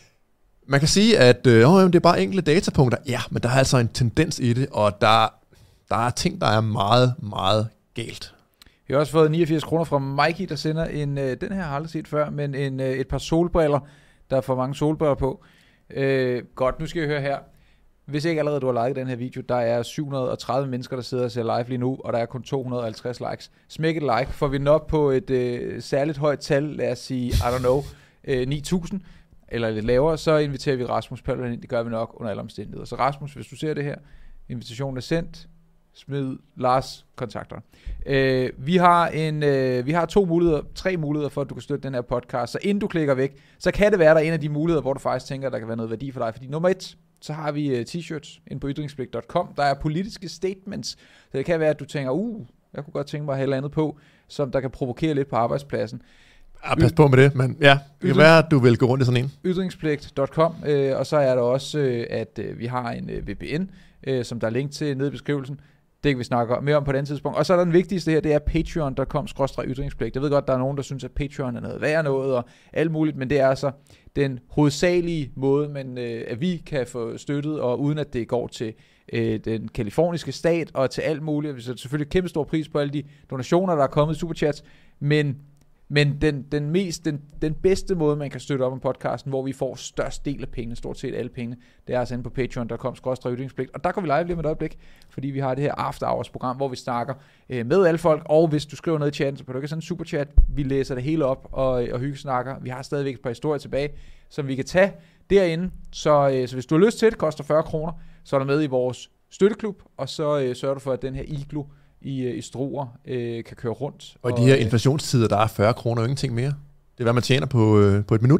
Man kan sige, at øh, det er bare enkelte datapunkter. Ja, men der er altså en tendens i det, og der, der er ting, der er meget, meget galt. Vi har også fået niogfirs kroner fra Mikey, der sender en, øh, den her har jeg aldrig set før, men en, øh, et par solbriller, der får mange solbriller på. Øh, godt, nu skal jeg høre her. Hvis ikke allerede du har liket den her video, der er syv hundrede og tredive mennesker, der sidder og ser live lige nu, og der er kun to hundrede og halvtreds likes. Smæk et like, får vi den op på et øh, særligt højt tal, lad os sige, I don't know, øh, ni tusind, eller lidt lavere, så inviterer vi Rasmus Paludan ind. Det gør vi nok under alle omstændigheder. Så Rasmus, hvis du ser det her, invitationen er sendt. Smid Lars kontakter. Øh, vi har en, øh, vi har to muligheder, tre muligheder for, at du kan støtte den her podcast. Så inden du klikker væk, så kan det være, der er en af de muligheder, hvor du faktisk tænker, at der kan være noget værdi for dig. Fordi nummer et, så har vi uh, t-shirts inde på ytringspligt punktum com. Der er politiske statements. Så det kan være, at du tænker, uh, jeg kunne godt tænke mig at have noget andet på, som der kan provokere lidt på arbejdspladsen. Ja, pas på med det, men ja, det kan være, at du vil gå rundt i sådan en. ytringspligt punktum com, øh, og så er der også, øh, at øh, vi har en øh, V P N, øh, som der er link til nede i beskrivelsen. Det kan vi snakke mere om på et andet tidspunkt. Og så er der den vigtigste her, det er patreon punktum com skråstreg ytringspligt. Jeg ved godt, der er nogen, der synes, at Patreon er noget værd noget og alt muligt, men det er altså den hovedsagelige måde, man, øh, at vi kan få støttet, og uden at det går til øh, den kaliforniske stat og til alt muligt. Vi sætter selvfølgelig kæmpe stor pris på alle de donationer, der er kommet i superchats, men Men den, den, mest, den, den bedste måde, man kan støtte op om podcasten, hvor vi får størst del af pengene, stort set alle pengene, det er altså inde på patreon punktum com skråstreg ytringspligt. Og der går vi live lige med et øjeblik, fordi vi har det her after hours program, hvor vi snakker øh, med alle folk. Og hvis du skriver noget i chatten, så kan du ikke sådan en superchat. Vi læser det hele op og, og hyggesnakker. Vi har stadigvæk et par historier tilbage, som vi kan tage derinde. Så, øh, så hvis du har lyst til det, koster fyrre kroner, så er du med i vores støtteklub, og så øh, sørger du for, at den her iglo i, i Struer øh, kan køre rundt. Og i de her inflationstider, der er fyrre kroner og ingenting mere. Det er, hvad man tjener på, øh, på et minut.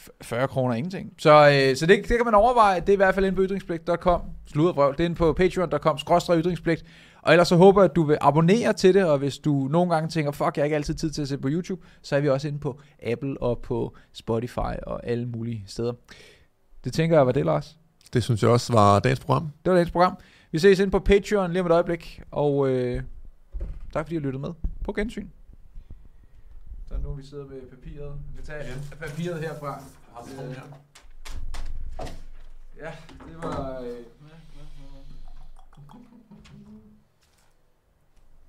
fyrre kroner ingenting. Så, øh, så det, det kan man overveje. Det er i hvert fald inde på ytringspligt punktum com. Sluddervrøv. Det er inde på patreon punktum com skråstreg ytringspligt. Og ellers så håber jeg, at du vil abonnere til det, og hvis du nogle gange tænker, fuck, jeg har ikke altid tid til at se på YouTube, så er vi også inde på Apple og på Spotify og alle mulige steder. Det tænker jeg var det, Lars. Det synes jeg også var dagens program. Det var dagens program. Vi ses inde på Patreon lige om et øjeblik, og øh, tak fordi I lyttede med. På gensyn. Så nu vi sidder med papiret. Vi tager ja. papiret herfra. Har du øh, her? Ja, det var... Øh,